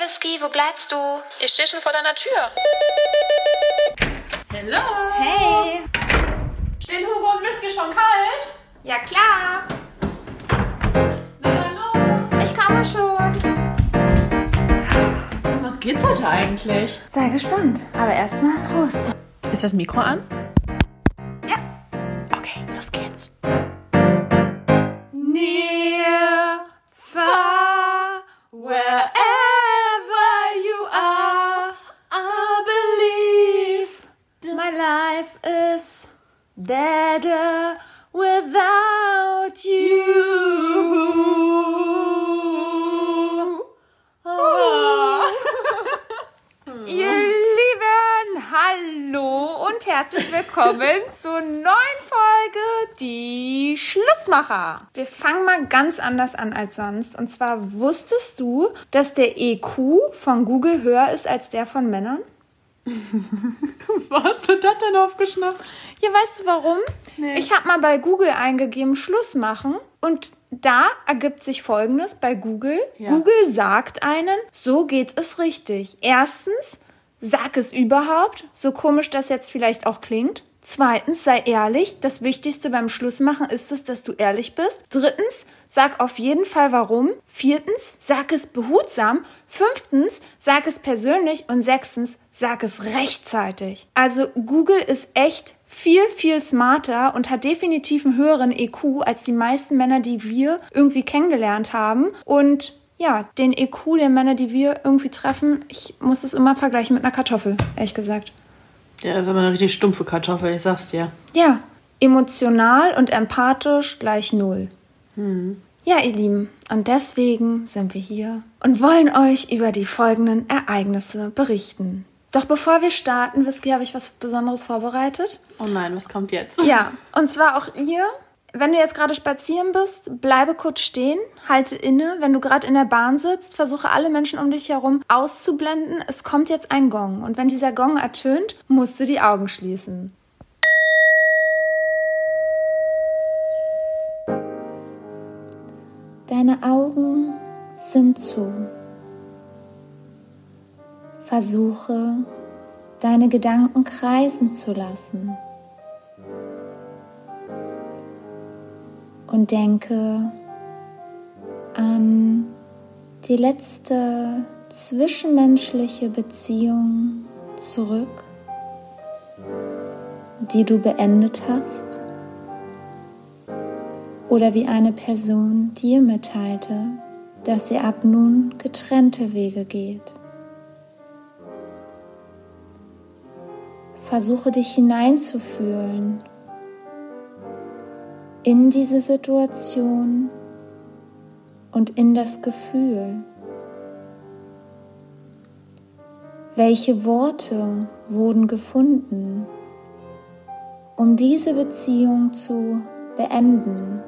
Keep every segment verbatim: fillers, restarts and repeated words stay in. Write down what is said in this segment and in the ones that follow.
Whisky, wo bleibst du? Ich stehe schon vor deiner Tür. Hallo. Hey. Stehen Hugo und Whisky schon kalt? Ja, klar. Na dann los. Ich komme schon. Was geht's heute eigentlich? Sei gespannt. Aber erstmal Prost. Ist das Mikro an? Ja. Okay, los geht's. Near, far, wherever you are, I believe my life is better without you. Oh. Ihr Lieben, hallo und herzlich willkommen zur neuen Folge Die Schlussmacher. Wir fangen mal ganz anders an als sonst. Und zwar, wusstest du, dass der E Q von Google höher ist als der von Männern? Wo hast du das denn aufgeschnappt? Ja, weißt du warum? Nee. Ich habe mal bei Google eingegeben, Schluss machen, und da ergibt sich Folgendes bei Google. Ja. Google sagt einen, so geht es richtig. Erstens, sag es überhaupt, so komisch das jetzt vielleicht auch klingt. Zweitens, sei ehrlich. Das Wichtigste beim Schlussmachen ist es, dass du ehrlich bist. Drittens, sag auf jeden Fall warum. Viertens, sag es behutsam. Fünftens, sag es persönlich. Und sechstens, sag es rechtzeitig. Also Google ist echt viel, viel smarter und hat definitiv einen höheren E Q als die meisten Männer, die wir irgendwie kennengelernt haben. Und ja, den E Q der Männer, die wir irgendwie treffen, ich muss es immer vergleichen mit einer Kartoffel, ehrlich gesagt. Ja, das ist aber eine richtig stumpfe Kartoffel, ich sag's dir. Ja, emotional und empathisch gleich null. Hm. Ja, ihr Lieben, und deswegen sind wir hier und wollen euch über die folgenden Ereignisse berichten. Doch bevor wir starten, Whisky, habe ich was Besonderes vorbereitet. Oh nein, was kommt jetzt? Ja, und zwar auch ihr. Wenn du jetzt gerade spazieren bist, bleibe kurz stehen, halte inne. Wenn du gerade in der Bahn sitzt, versuche alle Menschen um dich herum auszublenden. Es kommt jetzt ein Gong. Und wenn dieser Gong ertönt, musst du die Augen schließen. Deine Augen sind zu. Versuche, deine Gedanken kreisen zu lassen. Und denke an die letzte zwischenmenschliche Beziehung zurück, die du beendet hast, oder wie eine Person dir mitteilte, dass sie ab nun getrennte Wege geht. Versuche dich hineinzufühlen in diese Situation und in das Gefühl. Welche Worte wurden gefunden, um diese Beziehung zu beenden?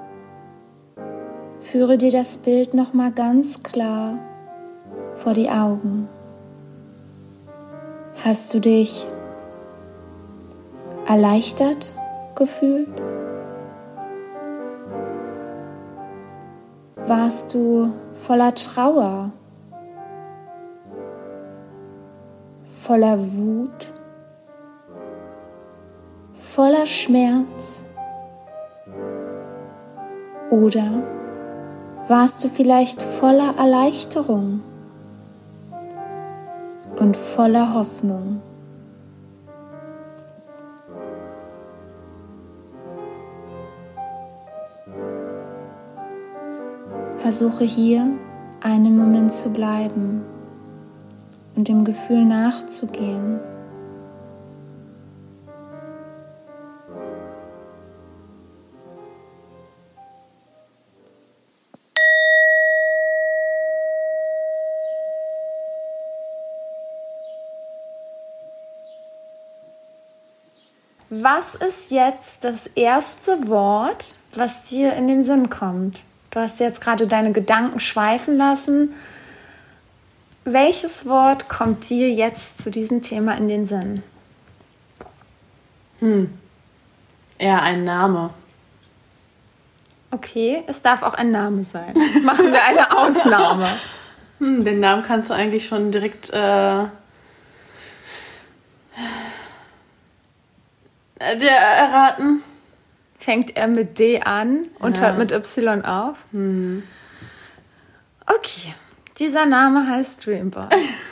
Führe dir das Bild nochmal ganz klar vor die Augen. Hast du dich erleichtert gefühlt? Warst du voller Trauer, voller Wut, voller Schmerz? Oder warst du vielleicht voller Erleichterung und voller Hoffnung? Versuche hier einen Moment zu bleiben und dem Gefühl nachzugehen. Was ist jetzt das erste Wort, was dir in den Sinn kommt? Du hast jetzt gerade deine Gedanken schweifen lassen. Welches Wort kommt dir jetzt zu diesem Thema in den Sinn? Hm. Eher ein Name. Okay, es darf auch ein Name sein. Machen wir eine Ausnahme. Hm, den Namen kannst du eigentlich schon direkt äh, der erraten. Fängt er mit D an und Ja. hört mit Y auf? Hm. Okay, dieser Name heißt Dreamboy.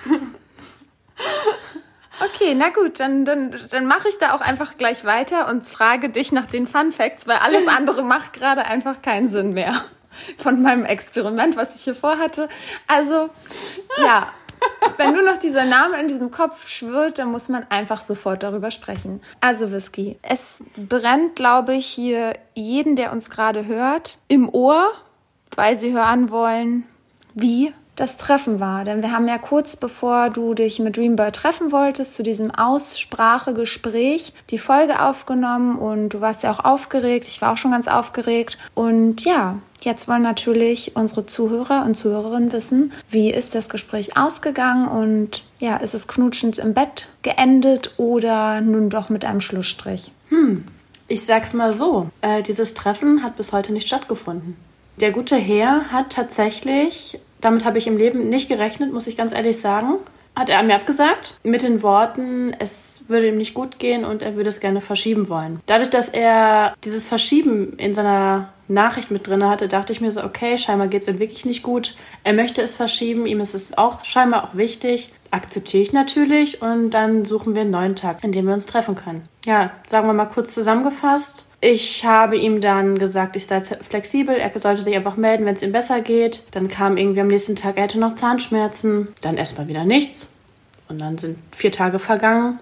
Okay, na gut, dann, dann, dann mache ich da auch einfach gleich weiter und frage dich nach den Fun Facts, weil alles andere macht gerade einfach keinen Sinn mehr von meinem Experiment, was ich hier vorhatte. Also, ja, wenn nur noch dieser Name in diesem Kopf schwirrt, dann muss man einfach sofort darüber sprechen. Also Whisky, es brennt, glaube ich, hier jeden, der uns gerade hört, im Ohr, weil sie hören wollen, wie das Treffen war. Denn wir haben ja kurz bevor du dich mit Dreamboy treffen wolltest, zu diesem Aussprachegespräch die Folge aufgenommen und du warst ja auch aufgeregt. Ich war auch schon ganz aufgeregt. Und ja, jetzt wollen natürlich unsere Zuhörer und Zuhörerinnen wissen, wie ist das Gespräch ausgegangen und ja, ist es knutschend im Bett geendet oder nun doch mit einem Schlussstrich? Hm, ich sag's mal so, äh, dieses Treffen hat bis heute nicht stattgefunden. Der gute Herr hat tatsächlich, damit habe ich im Leben nicht gerechnet, muss ich ganz ehrlich sagen, hat er mir abgesagt mit den Worten, es würde ihm nicht gut gehen und er würde es gerne verschieben wollen. Dadurch, dass er dieses Verschieben in seiner Nachricht mit drin hatte, dachte ich mir so, okay, scheinbar geht es ihm wirklich nicht gut. Er möchte es verschieben, ihm ist es auch scheinbar auch wichtig. Akzeptiere ich natürlich und dann suchen wir einen neuen Tag, an dem wir uns treffen können. Ja, sagen wir mal kurz zusammengefasst. Ich habe ihm dann gesagt, ich sei flexibel, er sollte sich einfach melden, wenn es ihm besser geht. Dann kam irgendwie am nächsten Tag, er hätte noch Zahnschmerzen. Dann erstmal wieder nichts. Und dann sind vier Tage vergangen.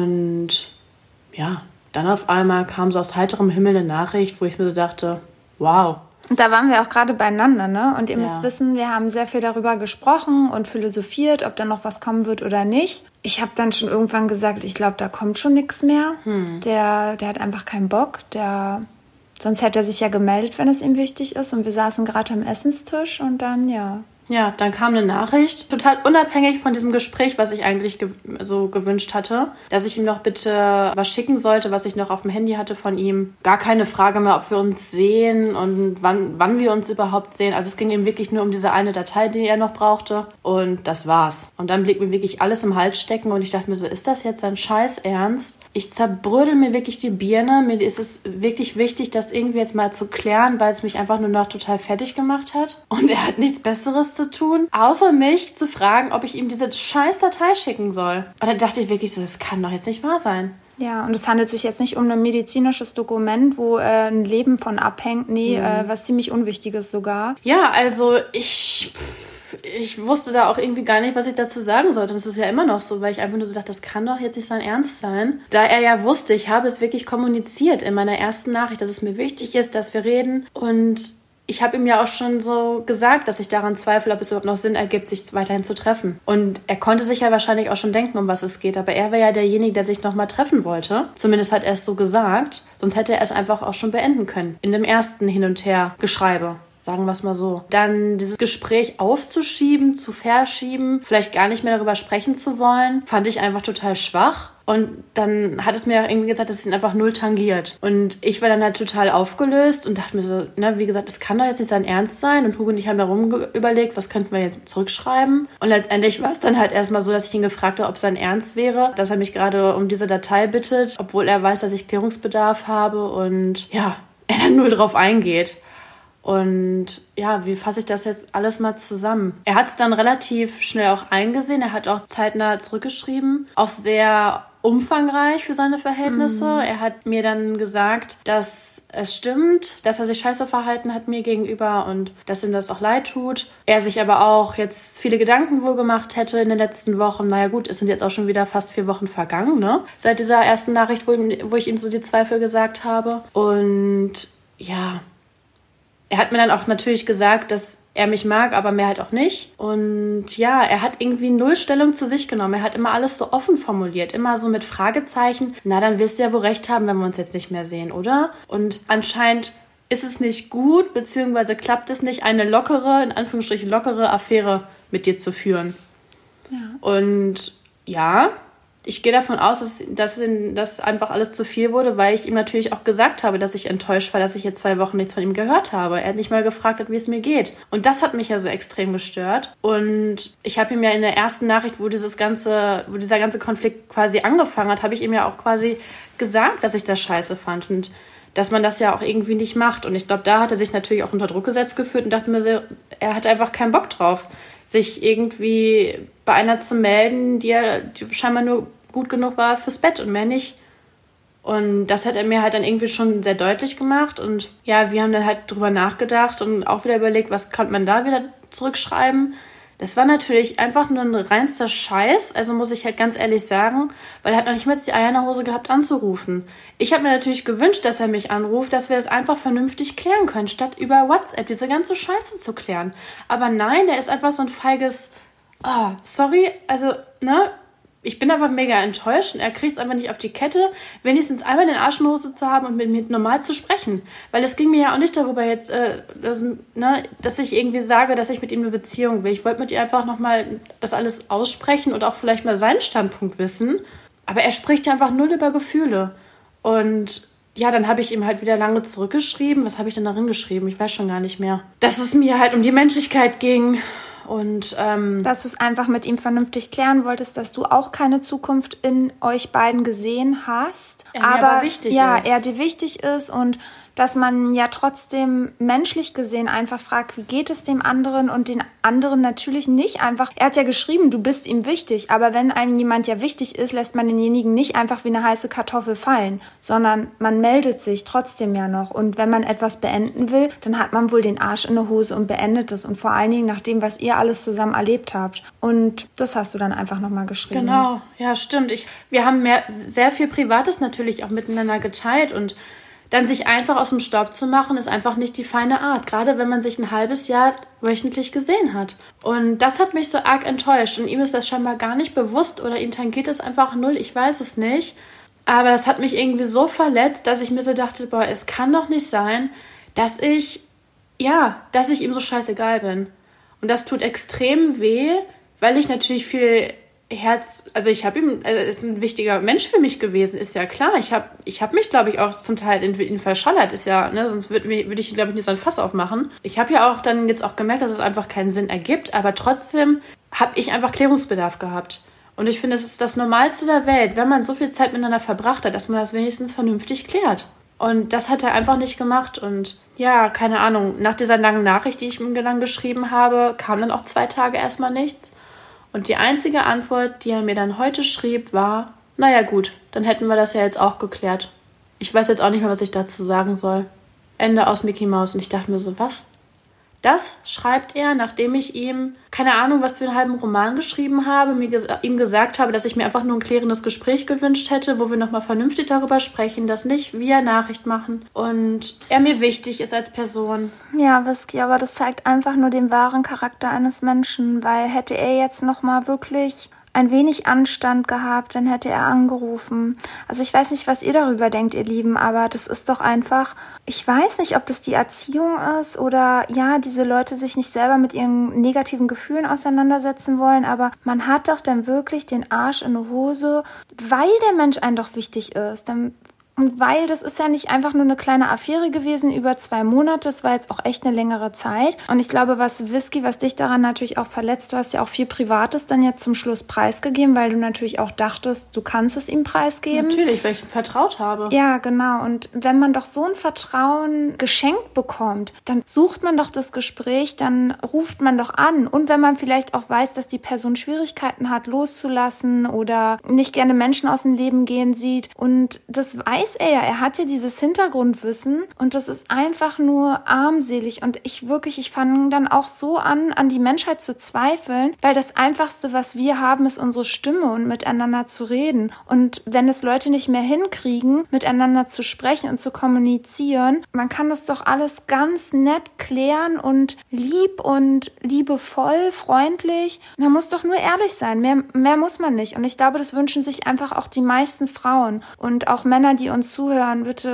Und ja, dann auf einmal kam so aus heiterem Himmel eine Nachricht, wo ich mir so dachte, wow. Und da waren wir auch gerade beieinander, ne? Und ihr Ja. müsst wissen, wir haben sehr viel darüber gesprochen und philosophiert, ob da noch was kommen wird oder nicht. Ich habe dann schon irgendwann gesagt, ich glaube, da kommt schon nichts mehr. Hm. Der, der hat einfach keinen Bock. Der, sonst hätte er sich ja gemeldet, wenn es ihm wichtig ist. Und wir saßen gerade am Essenstisch und dann, ja... Ja, dann kam eine Nachricht, total unabhängig von diesem Gespräch, was ich eigentlich ge- so gewünscht hatte, dass ich ihm noch bitte was schicken sollte, was ich noch auf dem Handy hatte von ihm. Gar keine Frage mehr, ob wir uns sehen und wann, wann wir uns überhaupt sehen. Also es ging ihm wirklich nur um diese eine Datei, die er noch brauchte und das war's. Und dann blieb mir wirklich alles im Hals stecken und ich dachte mir so, ist das jetzt ein Scheiß Ernst? Ich zerbrödel mir wirklich die Birne. Mir ist es wirklich wichtig, das irgendwie jetzt mal zu klären, weil es mich einfach nur noch total fertig gemacht hat. Und er hat nichts Besseres zu tun, außer mich zu fragen, ob ich ihm diese scheiß Datei schicken soll. Und dann dachte ich wirklich so, das kann doch jetzt nicht wahr sein. Ja, und es handelt sich jetzt nicht um ein medizinisches Dokument, wo äh, ein Leben von abhängt. Nee, mhm. äh, was ziemlich Unwichtiges sogar. Ja, also ich... Pff, ich wusste da auch irgendwie gar nicht, was ich dazu sagen sollte. Und das ist ja immer noch so, weil ich einfach nur so dachte, das kann doch jetzt nicht sein Ernst sein. Da er ja wusste, ich habe es wirklich kommuniziert in meiner ersten Nachricht, dass es mir wichtig ist, dass wir reden. Und ich habe ihm ja auch schon so gesagt, dass ich daran zweifle, ob es überhaupt noch Sinn ergibt, sich weiterhin zu treffen. Und er konnte sich ja wahrscheinlich auch schon denken, um was es geht. Aber er war ja derjenige, der sich nochmal treffen wollte. Zumindest hat er es so gesagt. Sonst hätte er es einfach auch schon beenden können. In dem ersten Hin- und Her-Geschreibe. Sagen wir es mal so. Dann dieses Gespräch aufzuschieben, zu verschieben, vielleicht gar nicht mehr darüber sprechen zu wollen, fand ich einfach total schwach. Und dann hat es mir auch irgendwie gesagt, dass es ihn einfach null tangiert. Und ich war dann halt total aufgelöst und dachte mir so, ne, wie gesagt, das kann doch jetzt nicht sein Ernst sein. Und Hugo und ich haben da rum überlegt, was könnten wir jetzt zurückschreiben. Und letztendlich war es dann halt erstmal so, dass ich ihn gefragt habe, ob es sein Ernst wäre, dass er mich gerade um diese Datei bittet, obwohl er weiß, dass ich Klärungsbedarf habe und ja, er dann null drauf eingeht. Und ja, wie fasse ich das jetzt alles mal zusammen? Er hat es dann relativ schnell auch eingesehen. Er hat auch zeitnah zurückgeschrieben. Auch sehr umfangreich für seine Verhältnisse. Mhm. Er hat mir dann gesagt, dass es stimmt, dass er sich scheiße verhalten hat mir gegenüber und dass ihm das auch leid tut. Er sich aber auch jetzt viele Gedanken wohl gemacht hätte in den letzten Wochen. Naja gut, es sind jetzt auch schon wieder fast vier Wochen vergangen, ne? Seit dieser ersten Nachricht, wo, ihm, wo ich ihm so die Zweifel gesagt habe. Und ja... Er hat mir dann auch natürlich gesagt, dass er mich mag, aber mehr halt auch nicht. Und ja, er hat irgendwie null Stellung zu sich genommen. Er hat immer alles so offen formuliert, immer so mit Fragezeichen. Na, dann wirst du ja wohl recht haben, wenn wir uns jetzt nicht mehr sehen, oder? Und anscheinend ist es nicht gut, beziehungsweise klappt es nicht, eine lockere, in Anführungsstrichen lockere Affäre mit dir zu führen. Ja. Und ja, ich gehe davon aus, dass, dass das einfach alles zu viel wurde, weil ich ihm natürlich auch gesagt habe, dass ich enttäuscht war, dass ich jetzt zwei Wochen nichts von ihm gehört habe. Er hat nicht mal gefragt, wie es mir geht. Und das hat mich ja so extrem gestört. Und ich habe ihm ja in der ersten Nachricht, wo dieses ganze, wo dieser ganze Konflikt quasi angefangen hat, habe ich ihm ja auch quasi gesagt, dass ich das scheiße fand und dass man das ja auch irgendwie nicht macht. Und ich glaube, da hat er sich natürlich auch unter Druck gesetzt gefühlt und dachte mir so, er hat einfach keinen Bock drauf, sich irgendwie bei einer zu melden, die ja scheinbar nur gut genug war fürs Bett und mehr nicht. Und das hat er mir halt dann irgendwie schon sehr deutlich gemacht. Und ja, wir haben dann halt drüber nachgedacht und auch wieder überlegt, was kann man da wieder zurückschreiben. Das war natürlich einfach nur ein reinster Scheiß, also muss ich halt ganz ehrlich sagen, weil er hat noch nicht mal die Eier in der Hose gehabt anzurufen. Ich habe mir natürlich gewünscht, dass er mich anruft, dass wir das einfach vernünftig klären können, statt über WhatsApp diese ganze Scheiße zu klären. Aber nein, der ist einfach so ein feiges, oh, sorry, also, ne, ich bin einfach mega enttäuscht und er kriegt es einfach nicht auf die Kette, wenigstens einmal den Arsch in der Hose zu haben und mit mir normal zu sprechen. Weil es ging mir ja auch nicht darüber jetzt, äh, dass, ne, dass ich irgendwie sage, dass ich mit ihm eine Beziehung will. Ich wollte mit ihr einfach nochmal das alles aussprechen und auch vielleicht mal seinen Standpunkt wissen. Aber er spricht ja einfach null über Gefühle. Und ja, dann habe ich ihm halt wieder lange zurückgeschrieben. Was habe ich denn darin geschrieben? Ich weiß schon gar nicht mehr. Dass es mir halt um die Menschlichkeit ging. Und, ähm, dass du es einfach mit ihm vernünftig klären wolltest, dass du auch keine Zukunft in euch beiden gesehen hast, er aber, aber wichtig ja, ist. er dir wichtig ist und dass man ja trotzdem menschlich gesehen einfach fragt, wie geht es dem anderen und den anderen natürlich nicht einfach. Er hat ja geschrieben, du bist ihm wichtig, aber wenn einem jemand ja wichtig ist, lässt man denjenigen nicht einfach wie eine heiße Kartoffel fallen, sondern man meldet sich trotzdem ja noch. Und wenn man etwas beenden will, dann hat man wohl den Arsch in der Hose und beendet es. Und vor allen Dingen nach dem, was ihr alles zusammen erlebt habt. Und das hast du dann einfach nochmal geschrieben. Genau, ja, stimmt. Ich, wir haben mehr, sehr viel Privates natürlich auch miteinander geteilt und dann sich einfach aus dem Staub zu machen, ist einfach nicht die feine Art. Gerade wenn man sich ein halbes Jahr wöchentlich gesehen hat. Und das hat mich so arg enttäuscht. Und ihm ist das scheinbar gar nicht bewusst oder ihm tangiert es einfach null. Ich weiß es nicht. Aber das hat mich irgendwie so verletzt, dass ich mir so dachte, boah, es kann doch nicht sein, dass ich, ja, dass ich ihm so scheißegal bin. Und das tut extrem weh, weil ich natürlich viel Herz, also ich habe ihm, er ist ein wichtiger Mensch für mich gewesen, ist ja klar. Ich habe ich hab mich, glaube ich, auch zum Teil in ihn verschallert, ist ja, ne, sonst würde würd ich, glaube ich, nicht so ein Fass aufmachen. Ich habe ja auch dann jetzt auch gemerkt, dass es einfach keinen Sinn ergibt, aber trotzdem habe ich einfach Klärungsbedarf gehabt. Und ich finde, es ist das Normalste der Welt, wenn man so viel Zeit miteinander verbracht hat, dass man das wenigstens vernünftig klärt. Und das hat er einfach nicht gemacht. Und ja, keine Ahnung, nach dieser langen Nachricht, die ich ihm dann geschrieben habe, kam dann auch zwei Tage erstmal nichts. Und die einzige Antwort, die er mir dann heute schrieb, war, naja gut, dann hätten wir das ja jetzt auch geklärt. Ich weiß jetzt auch nicht mehr, was ich dazu sagen soll. Ende aus Mickey Mouse. Und ich dachte mir so, was? Das schreibt er, nachdem ich ihm, keine Ahnung, was für einen halben Roman geschrieben habe, mir ges- ihm gesagt habe, dass ich mir einfach nur ein klärendes Gespräch gewünscht hätte, wo wir nochmal vernünftig darüber sprechen, das nicht via Nachricht machen und er mir wichtig ist als Person. Ja, Whisky, aber das zeigt einfach nur den wahren Charakter eines Menschen, weil hätte er jetzt nochmal wirklich ein wenig Anstand gehabt, dann hätte er angerufen. Also ich weiß nicht, was ihr darüber denkt, ihr Lieben, aber das ist doch einfach, ich weiß nicht, ob das die Erziehung ist oder ja, diese Leute sich nicht selber mit ihren negativen Gefühlen auseinandersetzen wollen, aber man hat doch dann wirklich den Arsch in der Hose, weil der Mensch einem doch wichtig ist. Dann Und weil das ist ja nicht einfach nur eine kleine Affäre gewesen über zwei Monate, das war jetzt auch echt eine längere Zeit. Und ich glaube, was Whisky, was dich daran natürlich auch verletzt, du hast ja auch viel Privates dann jetzt zum Schluss preisgegeben, weil du natürlich auch dachtest, du kannst es ihm preisgeben. Natürlich, weil ich ihm vertraut habe. Ja, genau. Und wenn man doch so ein Vertrauen geschenkt bekommt, dann sucht man doch das Gespräch, dann ruft man doch an. Und wenn man vielleicht auch weiß, dass die Person Schwierigkeiten hat, loszulassen oder nicht gerne Menschen aus dem Leben gehen sieht und das weiß er ja, er hat ja dieses Hintergrundwissen und das ist einfach nur armselig und ich wirklich, ich fange dann auch so an, an die Menschheit zu zweifeln, weil das Einfachste, was wir haben, ist unsere Stimme und miteinander zu reden und wenn es Leute nicht mehr hinkriegen, miteinander zu sprechen und zu kommunizieren, man kann das doch alles ganz nett klären und lieb und liebevoll, freundlich, man muss doch nur ehrlich sein, mehr, mehr muss man nicht und ich glaube, das wünschen sich einfach auch die meisten Frauen und auch Männer, die uns zuhören, bitte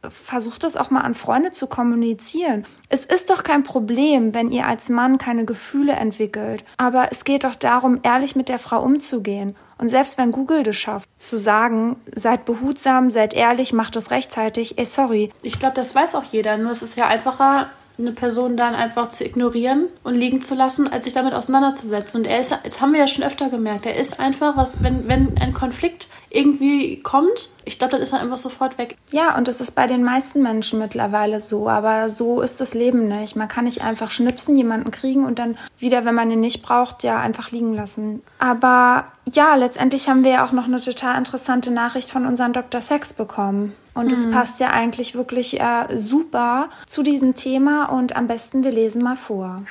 versucht das auch mal an Freunde zu kommunizieren. Es ist doch kein Problem, wenn ihr als Mann keine Gefühle entwickelt. Aber es geht doch darum, ehrlich mit der Frau umzugehen. Und selbst wenn Google das schafft, zu sagen, seid behutsam, seid ehrlich, macht es rechtzeitig, ey, sorry. Ich glaube, das weiß auch jeder. Nur es ist ja einfacher, eine Person dann einfach zu ignorieren und liegen zu lassen, als sich damit auseinanderzusetzen. Und er ist, das haben wir ja schon öfter gemerkt, er ist einfach, was, wenn, wenn ein Konflikt irgendwie kommt, ich glaube, dann ist er einfach sofort weg. Ja, und das ist bei den meisten Menschen mittlerweile so, aber so ist das Leben nicht. Man kann nicht einfach schnipsen, jemanden kriegen und dann wieder, wenn man ihn nicht braucht, ja, einfach liegen lassen. Aber ja, letztendlich haben wir ja auch noch eine total interessante Nachricht von unserem Doktor Sex bekommen. Und es mhm. passt ja eigentlich wirklich äh, super zu diesem Thema und am besten wir lesen mal vor.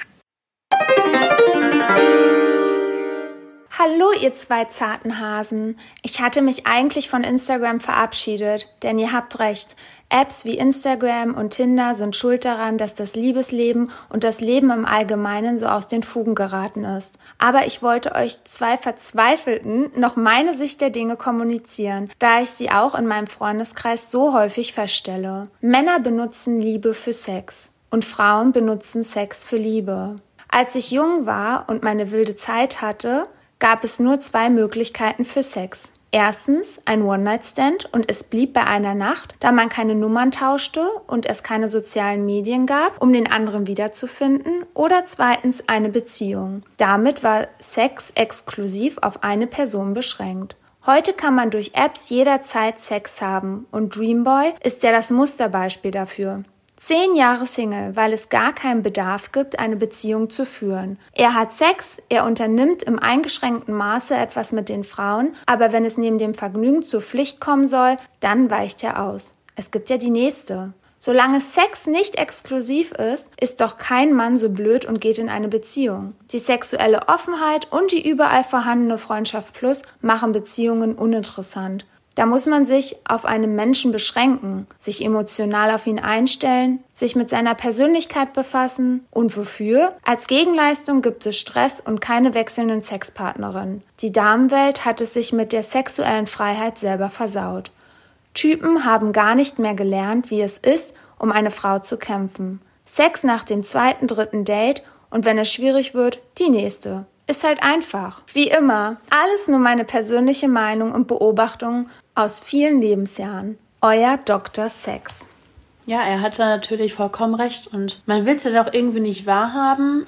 Hallo ihr zwei zarten Hasen. Ich hatte mich eigentlich von Instagram verabschiedet, denn ihr habt recht. Apps wie Instagram und Tinder sind schuld daran, dass das Liebesleben und das Leben im Allgemeinen so aus den Fugen geraten ist. Aber ich wollte euch zwei Verzweifelten noch meine Sicht der Dinge kommunizieren, da ich sie auch in meinem Freundeskreis so häufig feststelle. Männer benutzen Liebe für Sex und Frauen benutzen Sex für Liebe. Als ich jung war und meine wilde Zeit hatte, gab es nur zwei Möglichkeiten für Sex. Erstens ein One-Night-Stand und es blieb bei einer Nacht, da man keine Nummern tauschte und es keine sozialen Medien gab, um den anderen wiederzufinden. Oder zweitens eine Beziehung. Damit war Sex exklusiv auf eine Person beschränkt. Heute kann man durch Apps jederzeit Sex haben und Dreamboy ist ja das Musterbeispiel dafür. Zehn Jahre Single, weil es gar keinen Bedarf gibt, eine Beziehung zu führen. Er hat Sex, er unternimmt im eingeschränkten Maße etwas mit den Frauen, aber wenn es neben dem Vergnügen zur Pflicht kommen soll, dann weicht er aus. Es gibt ja die nächste. Solange Sex nicht exklusiv ist, ist doch kein Mann so blöd und geht in eine Beziehung. Die sexuelle Offenheit und die überall vorhandene Freundschaft plus machen Beziehungen uninteressant. Da muss man sich auf einen Menschen beschränken, sich emotional auf ihn einstellen, sich mit seiner Persönlichkeit befassen und wofür? Als Gegenleistung gibt es Stress und keine wechselnden Sexpartnerinnen. Die Damenwelt hat es sich mit der sexuellen Freiheit selber versaut. Typen haben gar nicht mehr gelernt, wie es ist, um eine Frau zu kämpfen. Sex nach dem zweiten, dritten Date und wenn es schwierig wird, die nächste. Ist halt einfach. Wie immer, alles nur meine persönliche Meinung und Beobachtung aus vielen Lebensjahren. Euer Doktor Sex. Ja, er hatte natürlich vollkommen recht und man will es ja doch irgendwie nicht wahrhaben.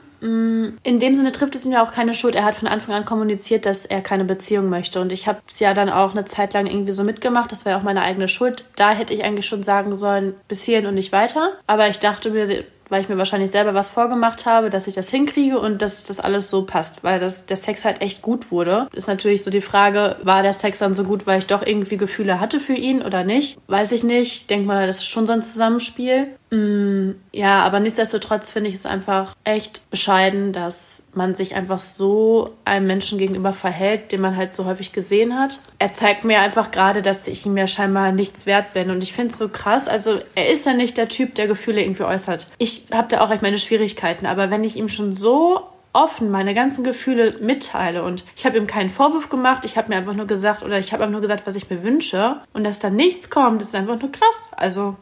In dem Sinne trifft es ihm ja auch keine Schuld. Er hat von Anfang an kommuniziert, dass er keine Beziehung möchte und ich habe es ja dann auch eine Zeit lang irgendwie so mitgemacht. Das war ja auch meine eigene Schuld. Da hätte ich eigentlich schon sagen sollen, bis hierhin und nicht weiter. Aber ich dachte mir, weil ich mir wahrscheinlich selber was vorgemacht habe, dass ich das hinkriege und dass das alles so passt, weil das, der Sex halt echt gut wurde. Ist natürlich so die Frage, war der Sex dann so gut, weil ich doch irgendwie Gefühle hatte für ihn oder nicht? Weiß ich nicht. Ich denke mal, das ist schon so ein Zusammenspiel. Mm, ja, aber nichtsdestotrotz finde ich es einfach echt bescheiden, dass man sich einfach so einem Menschen gegenüber verhält, den man halt so häufig gesehen hat. Er zeigt mir einfach gerade, dass ich ihm ja scheinbar nichts wert bin und ich finde es so krass. Also er ist ja nicht der Typ, der Gefühle irgendwie äußert. Ich habe da auch echt meine Schwierigkeiten, aber wenn ich ihm schon so offen meine ganzen Gefühle mitteile und ich habe ihm keinen Vorwurf gemacht, ich habe mir einfach nur gesagt oder ich habe einfach nur gesagt, was ich mir wünsche und dass da nichts kommt, ist einfach nur krass. Also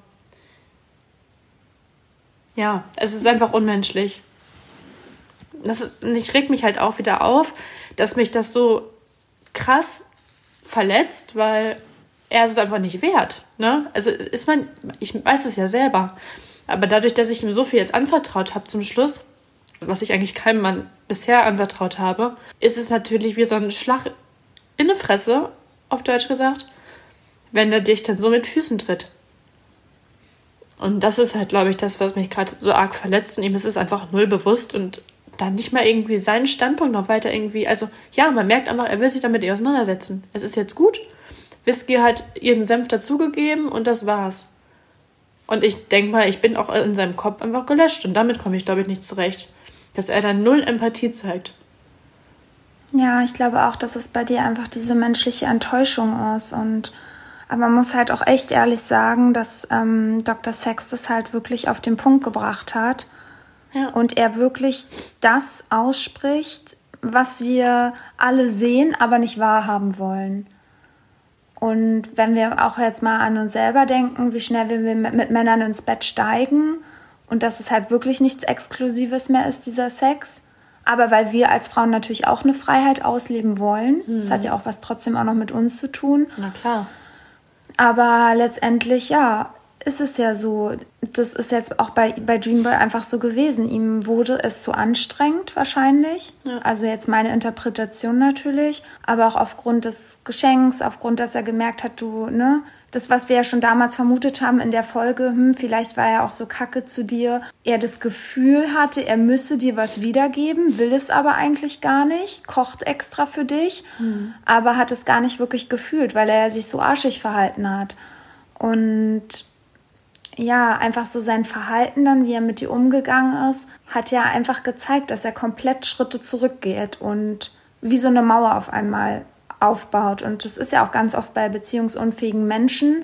ja, es ist einfach unmenschlich. Das ist, und ich reg mich halt auch wieder auf, dass mich das so krass verletzt, weil er ist es einfach nicht wert. Ne? Also ist man, ich weiß es ja selber, aber dadurch, dass ich ihm so viel jetzt anvertraut habe zum Schluss, was ich eigentlich keinem Mann bisher anvertraut habe, ist es natürlich wie so ein Schlag in die Fresse, auf Deutsch gesagt, wenn er dich dann so mit Füßen tritt. Und das ist halt, glaube ich, das, was mich gerade so arg verletzt. Und ihm ist es einfach null bewusst und dann nicht mal irgendwie seinen Standpunkt noch weiter irgendwie. Also ja, man merkt einfach, er will sich damit eh auseinandersetzen. Es ist jetzt gut. Whisky hat ihren Senf dazugegeben und das war's. Und ich denke mal, ich bin auch in seinem Kopf einfach gelöscht. Und damit komme ich, glaube ich, nicht zurecht. Dass er dann null Empathie zeigt. Ja, ich glaube auch, dass es bei dir einfach diese menschliche Enttäuschung ist. Und aber man muss halt auch echt ehrlich sagen, dass ähm, Doktor Sex das halt wirklich auf den Punkt gebracht hat. Ja. Und er wirklich das ausspricht, was wir alle sehen, aber nicht wahrhaben wollen. Und wenn wir auch jetzt mal an uns selber denken, wie schnell wir mit, mit Männern ins Bett steigen und dass es halt wirklich nichts Exklusives mehr ist, dieser Sex. Aber weil wir als Frauen natürlich auch eine Freiheit ausleben wollen. Mhm. Das hat ja auch was trotzdem auch noch mit uns zu tun. Na klar. Aber letztendlich, ja, ist es ja so. Das ist jetzt auch bei, bei Dreamboy einfach so gewesen. Ihm wurde es zu anstrengend wahrscheinlich. Ja. Also jetzt meine Interpretation natürlich. Aber auch aufgrund des Geschenks, aufgrund, dass er gemerkt hat, du, ne, das, was wir ja schon damals vermutet haben in der Folge, hm, vielleicht war er auch so kacke zu dir, er das Gefühl hatte, er müsse dir was wiedergeben, will es aber eigentlich gar nicht, kocht extra für dich, mhm. aber hat es gar nicht wirklich gefühlt, weil er sich so arschig verhalten hat. Und ja, einfach so sein Verhalten dann, wie er mit dir umgegangen ist, hat ja einfach gezeigt, dass er komplett Schritte zurückgeht und wie so eine Mauer auf einmal aufbaut. Und das ist ja auch ganz oft bei beziehungsunfähigen Menschen,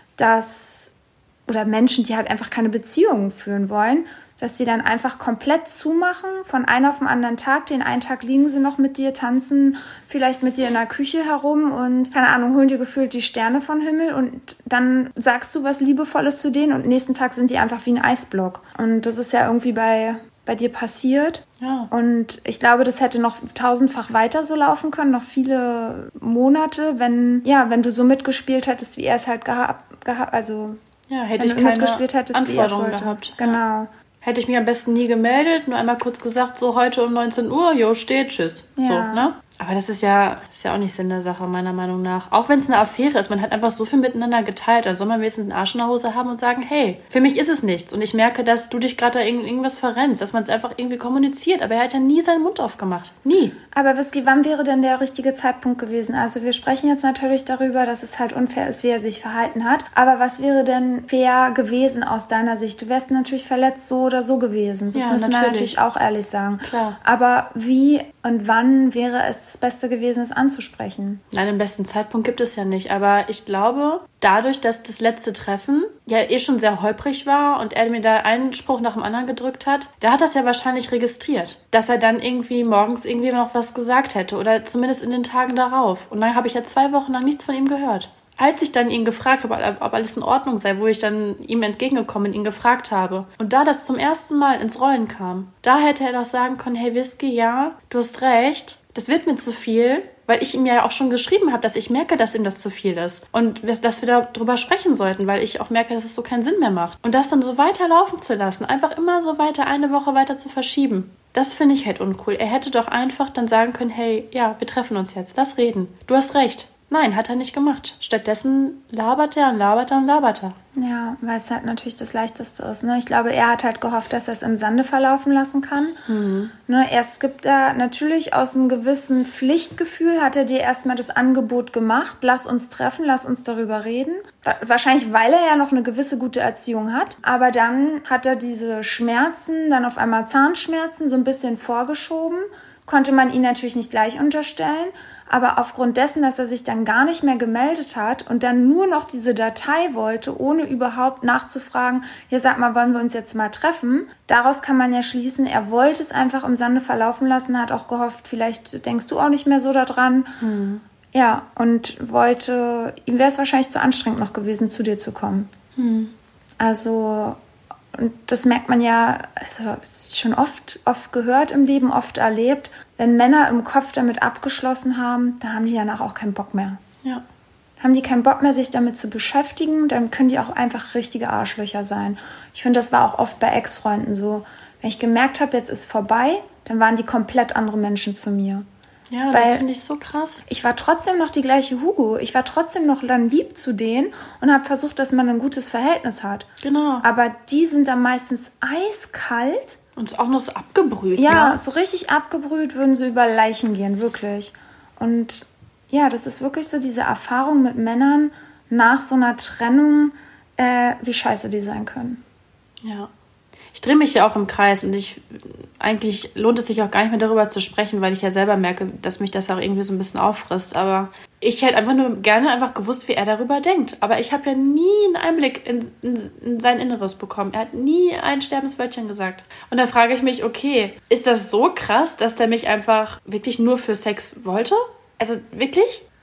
dass, oder Menschen, die halt einfach keine Beziehungen führen wollen, dass die dann einfach komplett zumachen, von einem auf den anderen Tag. Den einen Tag liegen sie noch mit dir, tanzen vielleicht mit dir in der Küche herum und, keine Ahnung, holen dir gefühlt die Sterne vom Himmel und dann sagst du was Liebevolles zu denen und nächsten Tag sind die einfach wie ein Eisblock. Und das ist ja irgendwie bei... bei dir passiert. Ja. Und ich glaube, das hätte noch tausendfach weiter so laufen können, noch viele Monate, wenn, ja, wenn du so mitgespielt hättest, wie er es halt gehabt, geha- also, ja, hätte wenn ich du keine mitgespielt hättest, wie er es wollte. Gehabt. Genau. Ja. Hätte ich mich am besten nie gemeldet, nur einmal kurz gesagt, so heute um neunzehn Uhr, jo, steht, tschüss. Ja. So, ne? Aber das ist ja, ist ja auch nicht Sinn der Sache, meiner Meinung nach. Auch wenn es eine Affäre ist, man hat einfach so viel miteinander geteilt. Da soll man wenigstens einen Arsch in der Hose haben und sagen, hey, für mich ist es nichts. Und ich merke, dass du dich gerade da irgend, irgendwas verrennst, dass man es einfach irgendwie kommuniziert. Aber er hat ja nie seinen Mund aufgemacht. Nie. Aber Whisky, wann wäre denn der richtige Zeitpunkt gewesen? Also wir sprechen jetzt natürlich darüber, dass es halt unfair ist, wie er sich verhalten hat. Aber was wäre denn fair gewesen aus deiner Sicht? Du wärst natürlich verletzt so oder so gewesen. Das ja, müssen natürlich. wir natürlich auch ehrlich sagen. Klar. Aber wie und wann wäre es das Beste gewesen, es anzusprechen? Nein, den besten Zeitpunkt gibt es ja nicht. Aber ich glaube, dadurch, dass das letzte Treffen ja eh schon sehr holprig war und er mir da einen Spruch nach dem anderen gedrückt hat, da hat das ja wahrscheinlich registriert, dass er dann irgendwie morgens irgendwie noch was gesagt hätte oder zumindest in den Tagen darauf. Und dann habe ich ja zwei Wochen lang nichts von ihm gehört. Als ich dann ihn gefragt habe, ob alles in Ordnung sei, wo ich dann ihm entgegengekommen und ihn gefragt habe und da das zum ersten Mal ins Rollen kam, da hätte er doch sagen können, hey Whisky, ja, du hast recht, das wird mir zu viel, weil ich ihm ja auch schon geschrieben habe, dass ich merke, dass ihm das zu viel ist und dass wir darüber sprechen sollten, weil ich auch merke, dass es so keinen Sinn mehr macht. Und das dann so weiterlaufen zu lassen, einfach immer so weiter, eine Woche weiter zu verschieben, das finde ich halt uncool. Er hätte doch einfach dann sagen können, hey, ja, wir treffen uns jetzt, lass reden, du hast recht. Nein, hat er nicht gemacht. Stattdessen labert er und labert er und labert er. Ja, weil es halt natürlich das Leichteste ist. Ne? Ich glaube, er hat halt gehofft, dass er es im Sande verlaufen lassen kann. Mhm. Ne, erst gibt er natürlich aus einem gewissen Pflichtgefühl, hat er dir erstmal das Angebot gemacht, lass uns treffen, lass uns darüber reden. Wahrscheinlich, weil er ja noch eine gewisse gute Erziehung hat. Aber dann hat er diese Schmerzen, dann auf einmal Zahnschmerzen, so ein bisschen vorgeschoben. Konnte man ihn natürlich nicht gleich unterstellen, aber aufgrund dessen, dass er sich dann gar nicht mehr gemeldet hat und dann nur noch diese Datei wollte, ohne überhaupt nachzufragen, ja sag mal, wollen wir uns jetzt mal treffen? Daraus kann man ja schließen, er wollte es einfach im Sande verlaufen lassen, hat auch gehofft, vielleicht denkst du auch nicht mehr so daran. Hm. Ja, und wollte, ihm wäre es wahrscheinlich zu anstrengend noch gewesen, zu dir zu kommen. Hm. Also... Und das merkt man ja, also schon oft, oft gehört im Leben, oft erlebt. Wenn Männer im Kopf damit abgeschlossen haben, dann haben die danach auch keinen Bock mehr. Ja. Haben die keinen Bock mehr, sich damit zu beschäftigen, dann können die auch einfach richtige Arschlöcher sein. Ich finde, das war auch oft bei Ex-Freunden so. Wenn ich gemerkt habe, jetzt ist vorbei, dann waren die komplett andere Menschen zu mir. Ja, das finde ich so krass. Ich war trotzdem noch die gleiche Hugo. Ich war trotzdem noch dann lieb zu denen und habe versucht, dass man ein gutes Verhältnis hat. Genau. Aber die sind dann meistens eiskalt. Und auch noch so abgebrüht. Ja, ne? So richtig abgebrüht würden sie über Leichen gehen, wirklich. Und ja, das ist wirklich so diese Erfahrung mit Männern nach so einer Trennung, äh, wie scheiße die sein können. Ja. Ich drehe mich ja auch im Kreis und ich eigentlich lohnt es sich auch gar nicht mehr darüber zu sprechen, weil ich ja selber merke, dass mich das auch irgendwie so ein bisschen auffrisst. Aber ich hätte einfach nur gerne einfach gewusst, wie er darüber denkt. Aber ich habe ja nie einen Einblick in, in, in sein Inneres bekommen. Er hat nie ein Sterbenswörtchen gesagt. Und da frage ich mich, okay, ist das so krass, dass der mich einfach wirklich nur für Sex wollte? Also wirklich?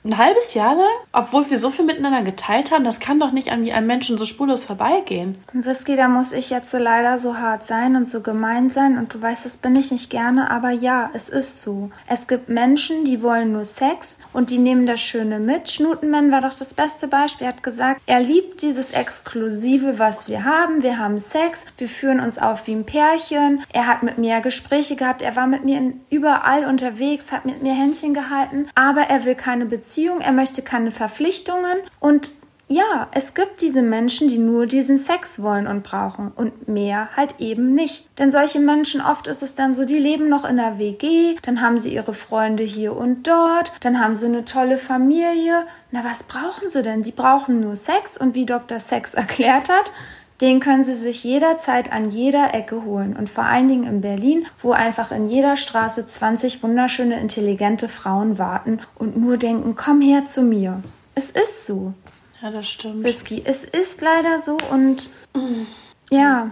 Ein halbes Jahr lang? Obwohl wir so viel miteinander geteilt haben, das kann doch nicht an einem Menschen so spurlos vorbeigehen. Whisky, da muss ich jetzt so leider so hart sein und so gemein sein und du weißt, das bin ich nicht gerne, aber ja, es ist so. Es gibt Menschen, die wollen nur Sex und die nehmen das Schöne mit. Schnutenmann war doch das beste Beispiel. Er hat gesagt, er liebt dieses Exklusive, was wir haben. Wir haben Sex, wir führen uns auf wie ein Pärchen. Er hat mit mir Gespräche gehabt, er war mit mir in, überall unterwegs, hat mit mir Händchen gehalten, aber er will keine Beziehung. Er möchte keine Verpflichtungen und ja, es gibt diese Menschen, die nur diesen Sex wollen und brauchen und mehr halt eben nicht. Denn solche Menschen, oft ist es dann so, die leben noch in einer W G, dann haben sie ihre Freunde hier und dort, dann haben sie eine tolle Familie. Na, was brauchen sie denn? Die brauchen nur Sex und wie Doktor Sex erklärt hat, den können sie sich jederzeit an jeder Ecke holen. Und vor allen Dingen in Berlin, wo einfach in jeder Straße zwanzig wunderschöne, intelligente Frauen warten und nur denken, komm her zu mir. Es ist so. Ja, das stimmt. Whisky, es ist leider so und mm. ja.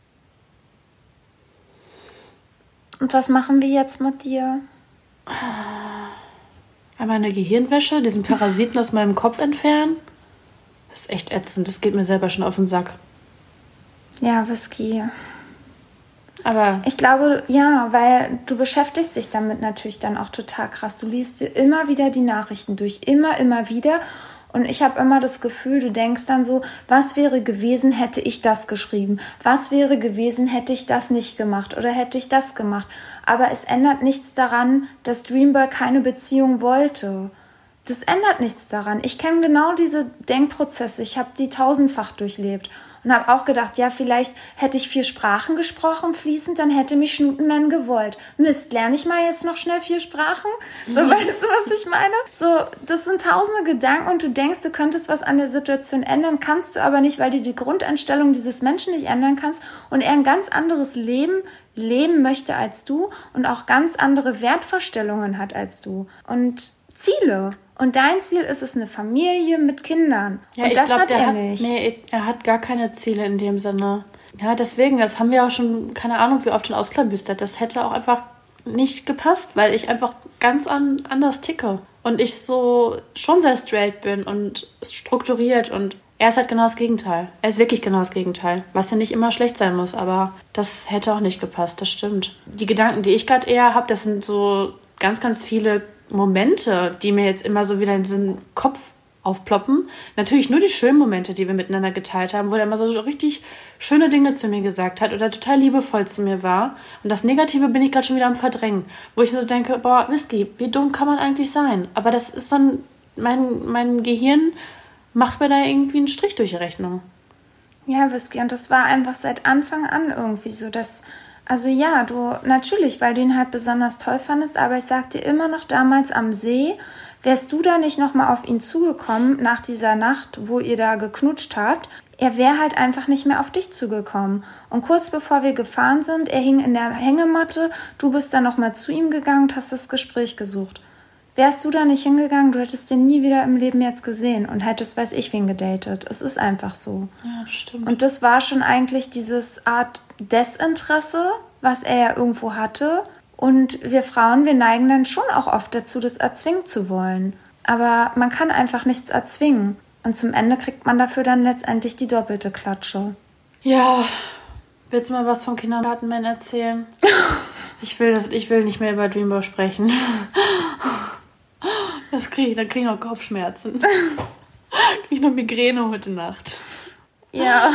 Und was machen wir jetzt mit dir? Einmal eine Gehirnwäsche, diesen Parasiten aus meinem Kopf entfernen. Das ist echt ätzend, das geht mir selber schon auf den Sack. Ja, Whisky. Aber ich glaube, ja, weil du beschäftigst dich damit natürlich dann auch total krass. Du liest dir immer wieder die Nachrichten durch, immer, immer wieder. Und ich habe immer das Gefühl, du denkst dann so, was wäre gewesen, hätte ich das geschrieben? Was wäre gewesen, hätte ich das nicht gemacht oder hätte ich das gemacht? Aber es ändert nichts daran, dass Dreamboy keine Beziehung wollte. Das ändert nichts daran. Ich kenne genau diese Denkprozesse. Ich habe die tausendfach durchlebt. Und habe auch gedacht, ja, vielleicht hätte ich vier Sprachen gesprochen, fließend, dann hätte mich Schnutenmann gewollt. Mist, lerne ich mal jetzt noch schnell vier Sprachen? So, mhm. Weißt du, was ich meine? So, das sind tausende Gedanken und du denkst, du könntest was an der Situation ändern, kannst du aber nicht, weil du die Grundeinstellung dieses Menschen nicht ändern kannst und er ein ganz anderes Leben leben möchte als du und auch ganz andere Wertvorstellungen hat als du. Und Ziele. Und dein Ziel ist es eine Familie mit Kindern. Ja, und ich das glaub, hat er hat, nicht. Nee, er hat gar keine Ziele in dem Sinne. Ja, deswegen, das haben wir auch schon, keine Ahnung, wie oft schon ausklabüstert. Das hätte auch einfach nicht gepasst, weil ich einfach ganz an, anders ticke. Und ich so schon sehr straight bin und strukturiert und er ist halt genau das Gegenteil. Er ist wirklich genau das Gegenteil. Was ja nicht immer schlecht sein muss, aber das hätte auch nicht gepasst, das stimmt. Die Gedanken, die ich gerade eher habe, das sind so ganz, ganz viele Momente, die mir jetzt immer so wieder in diesen Kopf aufploppen. Natürlich nur die schönen Momente, die wir miteinander geteilt haben, wo er immer so richtig schöne Dinge zu mir gesagt hat oder total liebevoll zu mir war. Und das Negative bin ich gerade schon wieder am Verdrängen. Wo ich mir so denke, boah, Whisky, wie dumm kann man eigentlich sein? Aber das ist so ein, mein, mein Gehirn macht mir da irgendwie einen Strich durch die Rechnung. Ja, Whisky, und das war einfach seit Anfang an irgendwie so, dass also ja, du, natürlich, weil du ihn halt besonders toll fandest, aber ich sag dir immer noch damals am See, wärst du da nicht nochmal auf ihn zugekommen nach dieser Nacht, wo ihr da geknutscht habt, er wäre halt einfach nicht mehr auf dich zugekommen. Und kurz bevor wir gefahren sind, er hing in der Hängematte, du bist dann nochmal zu ihm gegangen und hast das Gespräch gesucht. Wärst du da nicht hingegangen, du hättest den nie wieder im Leben jetzt gesehen und hättest, weiß ich, wen gedatet. Es ist einfach so. Ja, das stimmt. Und das war schon eigentlich dieses Art Desinteresse, was er ja irgendwo hatte. Und wir Frauen, wir neigen dann schon auch oft dazu, das erzwingen zu wollen. Aber man kann einfach nichts erzwingen. Und zum Ende kriegt man dafür dann letztendlich die doppelte Klatsche. Ja, willst du mal was vom Kindergartenmann erzählen? ich, will das, ich will nicht mehr über Dreamboy sprechen. Das krieg ich, dann kriege ich noch Kopfschmerzen. Kriege ich noch Migräne heute Nacht. Ja.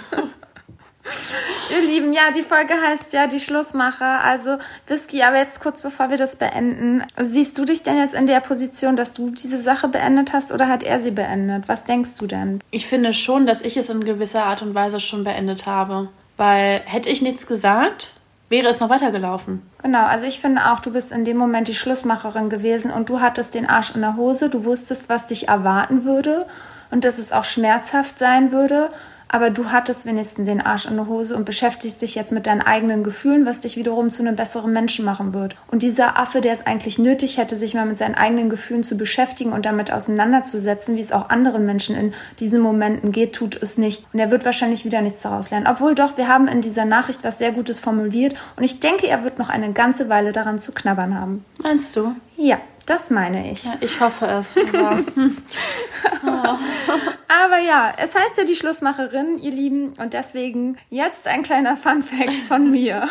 Ihr Lieben, ja, die Folge heißt ja die Schlussmacher. Also, Whisky, aber jetzt kurz bevor wir das beenden, siehst du dich denn jetzt in der Position, dass du diese Sache beendet hast oder hat er sie beendet? Was denkst du denn? Ich finde schon, dass ich es in gewisser Art und Weise schon beendet habe. Weil hätte ich nichts gesagt, wäre es noch weitergelaufen. Genau, also ich finde auch, du bist in dem Moment die Schlussmacherin gewesen und du hattest den Arsch in der Hose, du wusstest, was dich erwarten würde und dass es auch schmerzhaft sein würde, aber du hattest wenigstens den Arsch in der Hose und beschäftigst dich jetzt mit deinen eigenen Gefühlen, was dich wiederum zu einem besseren Menschen machen wird. Und dieser Affe, der es eigentlich nötig hätte, sich mal mit seinen eigenen Gefühlen zu beschäftigen und damit auseinanderzusetzen, wie es auch anderen Menschen in diesen Momenten geht, tut es nicht. Und er wird wahrscheinlich wieder nichts daraus lernen. Obwohl doch, wir haben in dieser Nachricht was sehr Gutes formuliert und ich denke, er wird noch eine ganze Weile daran zu knabbern haben. Meinst du? Ja. Das meine ich. Ja, ich hoffe es. Aber, oh. aber ja, es heißt ja die Schlussmacherin, ihr Lieben. Und deswegen jetzt ein kleiner Funfact von mir.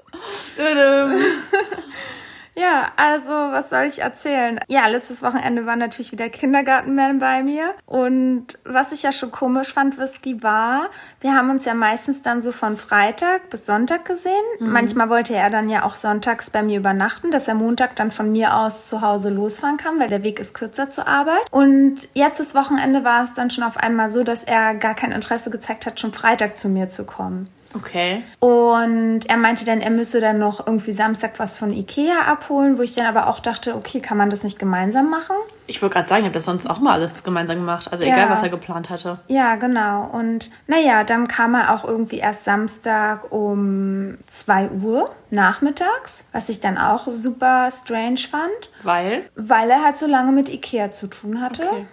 Ja, also was soll ich erzählen? Ja, letztes Wochenende war natürlich wieder Kindergartenman bei mir. Und was ich ja schon komisch fand, Whisky, war, wir haben uns ja meistens dann so von Freitag bis Sonntag gesehen. Mhm. Manchmal wollte er dann ja auch sonntags bei mir übernachten, dass er Montag dann von mir aus zu Hause losfahren kann, weil der Weg ist kürzer zur Arbeit. Und jetzt das Wochenende war es dann schon auf einmal so, dass er gar kein Interesse gezeigt hat, schon Freitag zu mir zu kommen. Okay. Und er meinte dann, er müsse dann noch irgendwie Samstag was von Ikea abholen, wo ich dann aber auch dachte, okay, kann man das nicht gemeinsam machen? Ich wollte gerade sagen, ich habe das sonst auch mal alles gemeinsam gemacht. Also ja. egal, was er geplant hatte. Ja, genau. Und naja, dann kam er auch irgendwie erst Samstag um zwei Uhr nachmittags, was ich dann auch super strange fand. Weil? Weil er halt so lange mit Ikea zu tun hatte. Okay.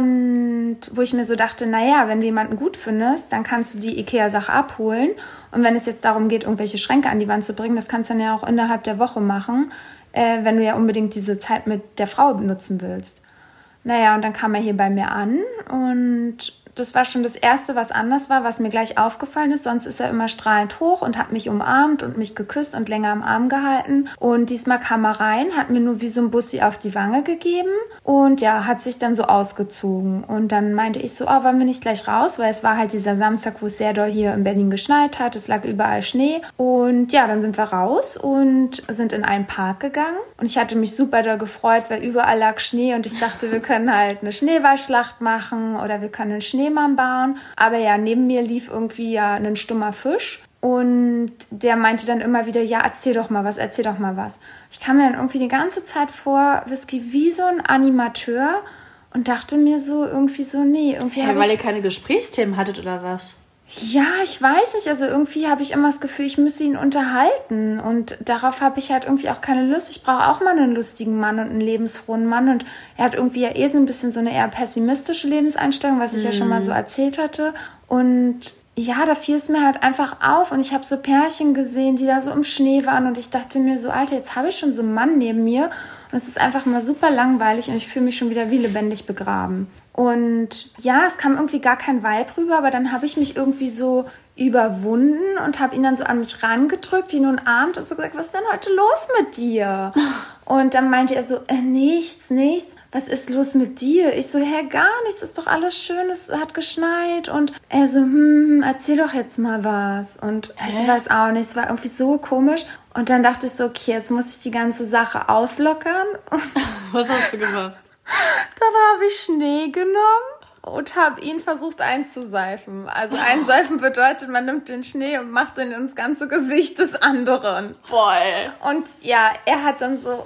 Und wo ich mir so dachte, naja, wenn du jemanden gut findest, dann kannst du die Ikea-Sache abholen. Und wenn es jetzt darum geht, irgendwelche Schränke an die Wand zu bringen, das kannst du dann ja auch innerhalb der Woche machen, äh, wenn du ja unbedingt diese Zeit mit der Frau benutzen willst. Naja, und dann kam er hier bei mir an und das war schon das Erste, was anders war, was mir gleich aufgefallen ist. Sonst ist er immer strahlend hoch und hat mich umarmt und mich geküsst und länger am Arm gehalten. Und diesmal kam er rein, hat mir nur wie so ein Bussi auf die Wange gegeben und ja, hat sich dann so ausgezogen. Und dann meinte ich so, oh, wollen wir nicht gleich raus? Weil es war halt dieser Samstag, wo es sehr doll hier in Berlin geschneit hat. Es lag überall Schnee. Und ja, dann sind wir raus und sind in einen Park gegangen. Und ich hatte mich super doll gefreut, weil überall lag Schnee und ich dachte, wir können halt eine Schneeballschlacht machen oder wir können einen Schneemann bauen. Aber ja, neben mir lief irgendwie ja ein stummer Fisch. Und der meinte dann immer wieder, ja, erzähl doch mal was, erzähl doch mal was. Ich kam mir dann irgendwie die ganze Zeit vor, Whisky, wie so ein Animateur und dachte mir so irgendwie so, nee, irgendwie hey, habe weil ich... ihr keine Gesprächsthemen hattet oder was? Ja, ich weiß nicht, also irgendwie habe ich immer das Gefühl, ich müsse ihn unterhalten und darauf habe ich halt irgendwie auch keine Lust. Ich brauche auch mal einen lustigen Mann und einen lebensfrohen Mann und er hat irgendwie ja eh so ein bisschen so eine eher pessimistische Lebenseinstellung, was ich mm. ja schon mal so erzählt hatte und ja, da fiel es mir halt einfach auf und ich habe so Pärchen gesehen, die da so im Schnee waren und ich dachte mir so, Alter, jetzt habe ich schon so einen Mann neben mir und es ist einfach mal super langweilig und ich fühle mich schon wieder wie lebendig begraben. Und ja, es kam irgendwie gar kein Vibe rüber, aber dann habe ich mich irgendwie so überwunden und habe ihn dann so an mich rangedrückt, ihn umarmt und so gesagt, was ist denn heute los mit dir? Und dann meinte er so, äh, nichts, nichts. Was ist los mit dir? Ich so, hä, gar nichts, ist doch alles schön, es hat geschneit. Und er so, hm, erzähl doch jetzt mal was. Und ich weiß auch nicht, es war irgendwie so komisch. Und dann dachte ich so, okay, jetzt muss ich die ganze Sache auflockern. Und was hast du gemacht? Dann habe ich Schnee genommen und habe ihn versucht einzuseifen. Also einseifen bedeutet, man nimmt den Schnee und macht ihn ins ganze Gesicht des anderen. Boah, ey. Und ja, er hat dann so,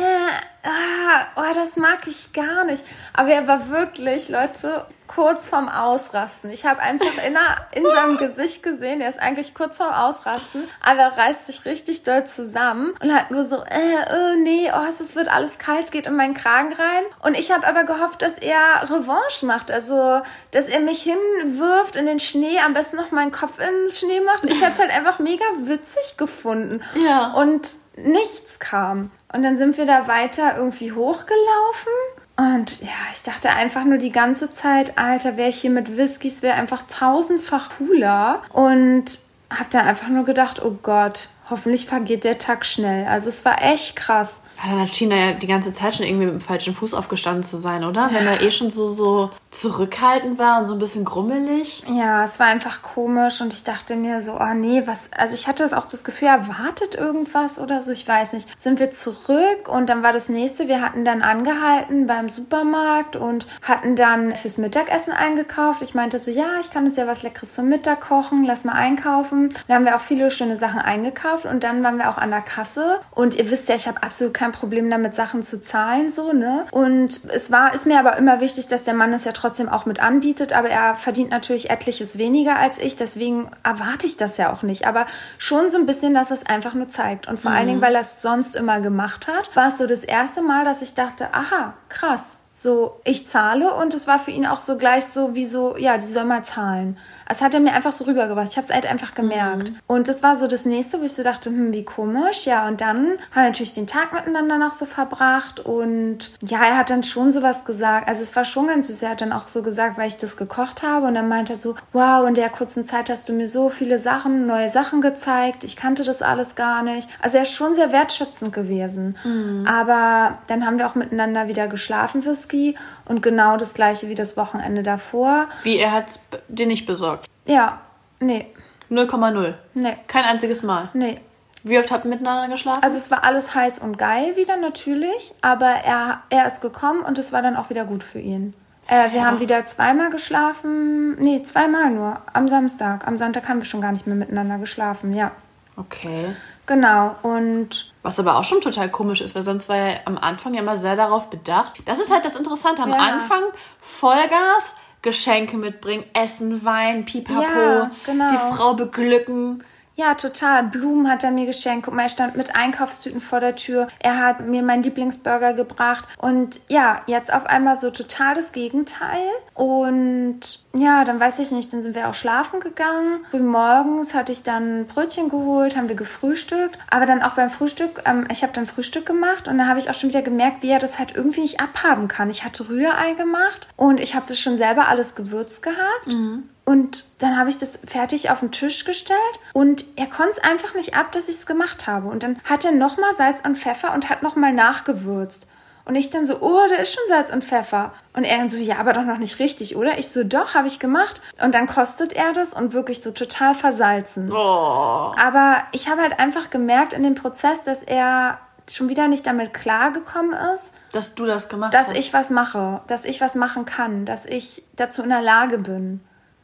äh, ah, oh, das mag ich gar nicht. Aber er war wirklich, Leute, kurz vorm Ausrasten. Ich habe einfach in, einer, in seinem Gesicht gesehen, er ist eigentlich kurz vorm Ausrasten, aber er reißt sich richtig doll zusammen und hat nur so, äh, äh nee, oh, es wird alles kalt, geht in meinen Kragen rein. Und ich habe aber gehofft, dass er Revanche macht, also, dass er mich hinwirft in den Schnee, am besten noch meinen Kopf in den Schnee macht. Ich hätte es halt einfach mega witzig gefunden. Ja. Und nichts kam. Und dann sind wir da weiter irgendwie hochgelaufen. Und ja, ich dachte einfach nur die ganze Zeit, Alter, wäre ich hier mit Whiskys, wäre einfach tausendfach cooler. Und hab dann einfach nur gedacht, oh Gott, hoffentlich vergeht der Tag schnell. Also es war echt krass. Ja, dann schien er ja die ganze Zeit schon irgendwie mit dem falschen Fuß aufgestanden zu sein, oder? Wenn er eh schon so, so zurückhaltend war und so ein bisschen grummelig. Ja, es war einfach komisch und ich dachte mir so, oh nee, was, also ich hatte auch das Gefühl, er wartet irgendwas oder so, ich weiß nicht. Sind wir zurück und dann war das nächste, wir hatten dann angehalten beim Supermarkt und hatten dann fürs Mittagessen eingekauft. Ich meinte so, ja, ich kann uns ja was Leckeres zum Mittag kochen, lass mal einkaufen. Da haben wir auch viele schöne Sachen eingekauft und dann waren wir auch an der Kasse und ihr wisst ja, ich habe absolut kein Problem damit, Sachen zu zahlen, so, ne? Und es war, ist mir aber immer wichtig, dass der Mann es ja trotzdem auch mit anbietet, aber er verdient natürlich etliches weniger als ich, deswegen erwarte ich das ja auch nicht, aber schon so ein bisschen, dass es einfach nur zeigt und vor mhm. allen Dingen, weil er es sonst immer gemacht hat, war es so das erste Mal, dass ich dachte, aha, krass, So, ich zahle und es war für ihn auch so gleich so wie so, ja, die soll mal zahlen. Das hat er mir einfach so rübergebracht. Ich habe es halt einfach gemerkt. Mhm. Und das war so das Nächste, wo ich so dachte, hm, wie komisch. Ja, und dann haben wir natürlich den Tag miteinander noch so verbracht. Und ja, er hat dann schon sowas gesagt. Also es war schon ganz süß. Er hat dann auch so gesagt, weil ich das gekocht habe. Und dann meinte er so, wow, in der kurzen Zeit hast du mir so viele Sachen, neue Sachen gezeigt. Ich kannte das alles gar nicht. Also er ist schon sehr wertschätzend gewesen. Mhm. Aber dann haben wir auch miteinander wieder geschlafen, Whisky. Und genau das Gleiche wie das Wochenende davor. Wie, er hat es dir nicht besorgt? Ja, nee. null Komma null? Nee. Kein einziges Mal? Nee. Wie oft habt ihr miteinander geschlafen? Also es war alles heiß und geil wieder natürlich, aber er, er ist gekommen und es war dann auch wieder gut für ihn. Äh, wir ja. haben wieder zweimal geschlafen, nee, zweimal nur, am Samstag. Am Sonntag haben wir schon gar nicht mehr miteinander geschlafen, ja. Okay. Genau, und... Was aber auch schon total komisch ist, weil sonst war er am Anfang ja immer sehr darauf bedacht. Das ist halt das Interessante, am ja. Anfang Vollgas... Geschenke mitbringen, Essen, Wein, Pipapo, ja, genau. die Frau beglücken. Ja, total. Blumen hat er mir geschenkt. Guck mal, er stand mit Einkaufstüten vor der Tür. Er hat mir meinen Lieblingsburger gebracht. Und ja, jetzt auf einmal so total das Gegenteil. Und ja, dann weiß ich nicht, dann sind wir auch schlafen gegangen. Früh morgens hatte ich dann Brötchen geholt, haben wir gefrühstückt. Aber dann auch beim Frühstück, ähm, ich habe dann Frühstück gemacht und dann habe ich auch schon wieder gemerkt, wie er das halt irgendwie nicht abhaben kann. Ich hatte Rührei gemacht und ich habe das schon selber alles gewürzt gehabt. Mhm. Und dann habe ich das fertig auf den Tisch gestellt und er konnte es einfach nicht ab, dass ich es gemacht habe. Und dann hat er nochmal Salz und Pfeffer und hat nochmal nachgewürzt. Und ich dann so, oh, da ist schon Salz und Pfeffer. Und er dann so, ja, aber doch noch nicht richtig, oder? Ich so, doch, habe ich gemacht. Und dann kostet er das und wirklich so total versalzen. Oh. Aber ich habe halt einfach gemerkt in dem Prozess, dass er schon wieder nicht damit klargekommen ist. Dass du das gemacht dass hast. Dass ich was mache, dass ich was machen kann, dass ich dazu in der Lage bin.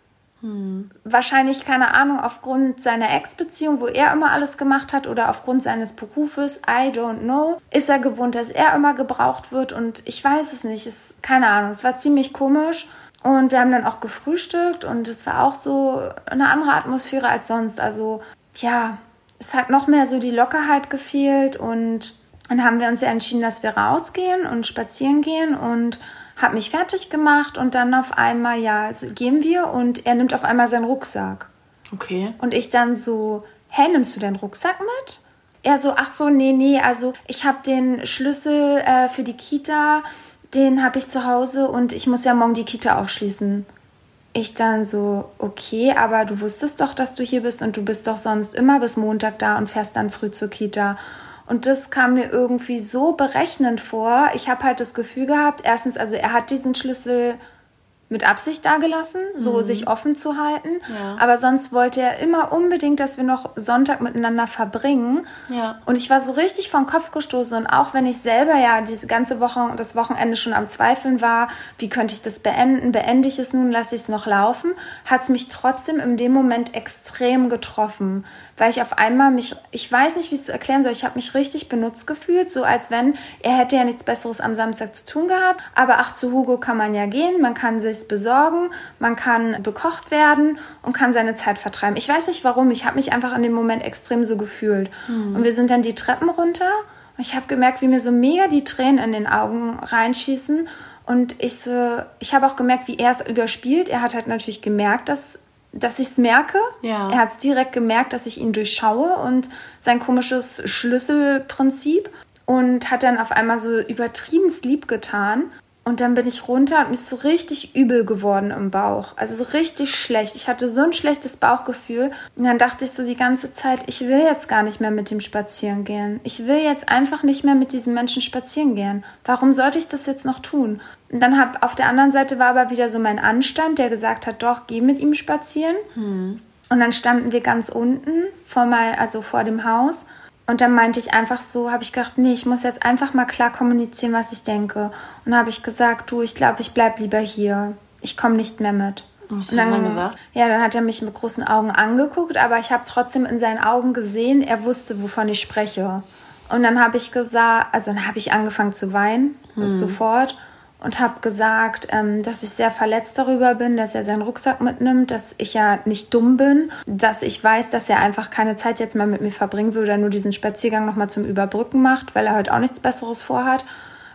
Hm. Wahrscheinlich, keine Ahnung, aufgrund seiner Ex-Beziehung, wo er immer alles gemacht hat oder aufgrund seines Berufes, I don't know, ist er gewohnt, dass er immer gebraucht wird und ich weiß es nicht, es, keine Ahnung, es war ziemlich komisch und wir haben dann auch gefrühstückt und es war auch so eine andere Atmosphäre als sonst, also ja, es hat noch mehr so die Lockerheit gefehlt und dann haben wir uns ja entschieden, dass wir rausgehen und spazieren gehen und habe mich fertig gemacht und dann auf einmal, ja, gehen wir und er nimmt auf einmal seinen Rucksack. Okay. Und ich dann so, hey, nimmst du deinen Rucksack mit? Er so, ach so, nee, nee, also ich habe den Schlüssel äh, für die Kita, den habe ich zu Hause und ich muss ja morgen die Kita aufschließen. Ich dann so, okay, aber du wusstest doch, dass du hier bist und du bist doch sonst immer bis Montag da und fährst dann früh zur Kita. Und das kam mir irgendwie so berechnend vor. Ich habe halt das Gefühl gehabt, erstens, also er hat diesen Schlüssel mit Absicht dagelassen, so mhm. sich offen zu halten. Ja. Aber sonst wollte er immer unbedingt, dass wir noch Sonntag miteinander verbringen. Ja. Und ich war so richtig vom Kopf gestoßen. Und auch wenn ich selber ja diese ganze Woche, das Wochenende schon am Zweifeln war, wie könnte ich das beenden? Beende ich es nun, lasse ich es noch laufen? Hat es mich trotzdem in dem Moment extrem getroffen. Weil ich auf einmal mich, ich weiß nicht, wie ich es zu erklären soll, ich habe mich richtig benutzt gefühlt, so als wenn, er hätte ja nichts Besseres am Samstag zu tun gehabt, aber ach, zu Hugo kann man ja gehen, man kann sich's besorgen, man kann bekocht werden und kann seine Zeit vertreiben. Ich weiß nicht warum, ich habe mich einfach in dem Moment extrem so gefühlt. Hm. Und wir sind dann die Treppen runter und ich habe gemerkt, wie mir so mega die Tränen in den Augen reinschießen und ich so, ich habe auch gemerkt, wie er es überspielt. Er hat halt natürlich gemerkt, dass dass ich es merke. Ja. Er hat es direkt gemerkt, dass ich ihn durchschaue und sein komisches Schlüsselprinzip und hat dann auf einmal so übertriebenst lieb getan. Und dann bin ich runter und mir ist so richtig übel geworden im Bauch. Also so richtig schlecht. Ich hatte so ein schlechtes Bauchgefühl. Und dann dachte ich so die ganze Zeit, ich will jetzt gar nicht mehr mit dem spazieren gehen. Ich will jetzt einfach nicht mehr mit diesem Menschen spazieren gehen. Warum sollte ich das jetzt noch tun? Und dann hab, auf der anderen Seite war aber wieder so mein Anstand, der gesagt hat, doch, geh mit ihm spazieren. Hm. Und dann standen wir ganz unten vor mein, also vor dem Haus. Und dann meinte ich einfach so, habe ich gedacht, nee, ich muss jetzt einfach mal klar kommunizieren, was ich denke. Und dann habe ich gesagt, du, ich glaube, ich bleib lieber hier. Ich komme nicht mehr mit. Was hast du dann gesagt? Ja, dann hat er mich mit großen Augen angeguckt, aber ich habe trotzdem in seinen Augen gesehen, er wusste, wovon ich spreche. Und dann habe ich gesagt, also dann habe ich angefangen zu weinen, hm. sofort. Und habe gesagt, ähm, dass ich sehr verletzt darüber bin, dass er seinen Rucksack mitnimmt, dass ich ja nicht dumm bin, dass ich weiß, dass er einfach keine Zeit jetzt mehr mit mir verbringen will oder nur diesen Spaziergang nochmal zum Überbrücken macht, weil er heute auch nichts Besseres vorhat.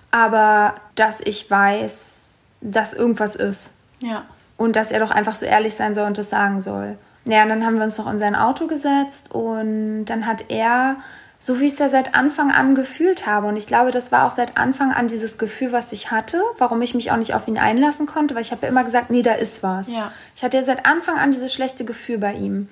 aber dass ich weiß, dass irgendwas ist. Ja. Und dass er doch einfach so ehrlich sein soll und das sagen soll. Ja, und dann haben wir uns noch in sein Auto gesetzt und dann hat er, so wie ich es ja seit Anfang an gefühlt habe, und ich glaube, das war auch seit Anfang an dieses Gefühl, was ich hatte, warum ich mich auch nicht auf ihn einlassen konnte, weil ich habe ja immer gesagt, nee, da ist was. Ja. Ich hatte ja seit Anfang an dieses schlechte Gefühl bei ihm.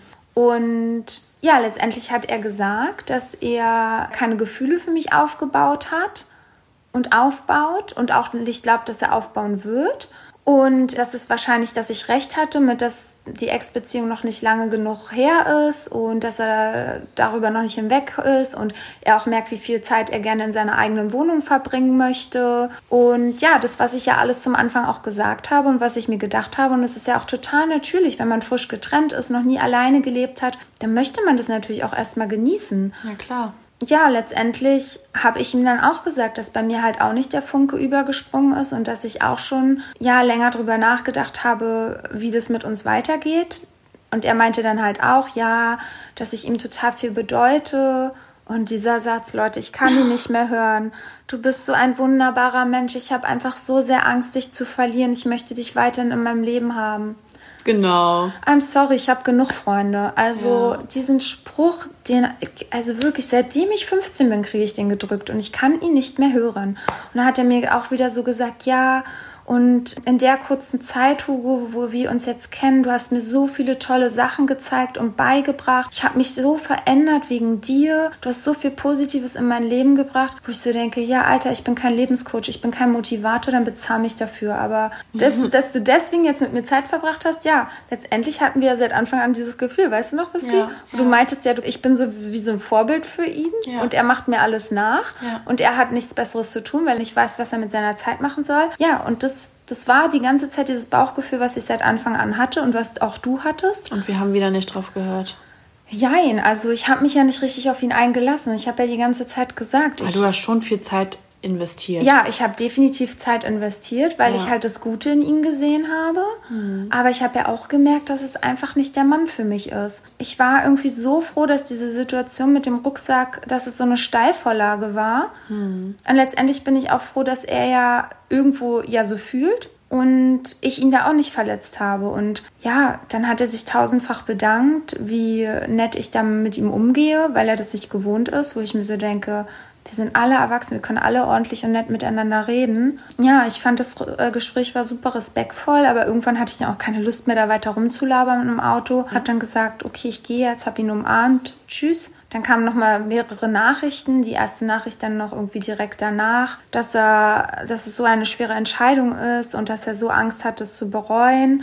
Und ja, letztendlich hat er gesagt, dass er keine Gefühle für mich aufgebaut hat und aufbaut und auch nicht glaubt, dass er aufbauen wird. Und das ist wahrscheinlich, dass ich recht hatte, mit dass die Ex-Beziehung noch nicht lange genug her ist und dass er darüber noch nicht hinweg ist und er auch merkt, wie viel Zeit er gerne in seiner eigenen Wohnung verbringen möchte. Und ja, das, was ich ja alles zum Anfang auch gesagt habe und was ich mir gedacht habe, und es ist ja auch total natürlich, wenn man frisch getrennt ist, noch nie alleine gelebt hat, dann möchte man das natürlich auch erstmal genießen. Ja, klar. Ja, letztendlich habe ich ihm dann auch gesagt, dass bei mir halt auch nicht der Funke übergesprungen ist und dass ich auch schon ja länger drüber nachgedacht habe, wie das mit uns weitergeht. Und er meinte dann halt auch, ja, dass ich ihm total viel bedeute. Und dieser Satz, Leute, ich kann ihn nicht mehr hören. Du bist so ein wunderbarer Mensch. Ich habe einfach so sehr Angst, dich zu verlieren. Ich möchte dich weiterhin in meinem Leben haben. Genau. I'm sorry, ich habe genug Freunde. Also ja. Diesen Spruch, den, also wirklich, seitdem ich fünfzehn bin, kriege ich den gedrückt und ich kann ihn nicht mehr hören. Und dann hat er mir auch wieder so gesagt, ja, und in der kurzen Zeit, Hugo, wo wir uns jetzt kennen, du hast mir so viele tolle Sachen gezeigt und beigebracht. Ich habe mich so verändert wegen dir. Du hast so viel Positives in mein Leben gebracht, wo ich so denke, ja, Alter, ich bin kein Lebenscoach, ich bin kein Motivator, dann bezahl mich dafür. Aber das, mhm. dass du deswegen jetzt mit mir Zeit verbracht hast, ja, letztendlich hatten wir ja seit Anfang an dieses Gefühl, weißt du noch, Whisky? Ja, ja. Du meintest ja, ich bin so wie so ein Vorbild für ihn ja. und er macht mir alles nach ja. und er hat nichts Besseres zu tun, weil ich weiß, was er mit seiner Zeit machen soll. Ja, und das Das war die ganze Zeit dieses Bauchgefühl, was ich seit Anfang an hatte und was auch du hattest. Und wir haben wieder nicht drauf gehört. Jein, also ich habe mich ja nicht richtig auf ihn eingelassen. Ich habe ja die ganze Zeit gesagt. Aber ich, du hast schon viel Zeit investiert. Ja, ich habe definitiv Zeit investiert, weil ja. ich halt das Gute in ihm gesehen habe. Mhm. Aber ich habe ja auch gemerkt, dass es einfach nicht der Mann für mich ist. Ich war irgendwie so froh, dass diese Situation mit dem Rucksack, dass es so eine Steilvorlage war. Mhm. Und letztendlich bin ich auch froh, dass er ja irgendwo ja so fühlt. Und ich ihn da auch nicht verletzt habe. Und ja, dann hat er sich tausendfach bedankt, wie nett ich da mit ihm umgehe, weil er das nicht gewohnt ist, wo ich mir so denke, wir sind alle erwachsen, wir können alle ordentlich und nett miteinander reden. Ja, ich fand, das Gespräch war super respektvoll, aber irgendwann hatte ich dann auch keine Lust mehr, da weiter rumzulabern im Auto. Hab dann gesagt, okay, ich gehe jetzt, hab ihn umarmt, tschüss. Dann kamen nochmal mehrere Nachrichten. Die erste Nachricht dann noch irgendwie direkt danach, dass er, dass es so eine schwere Entscheidung ist und dass er so Angst hat, das zu bereuen.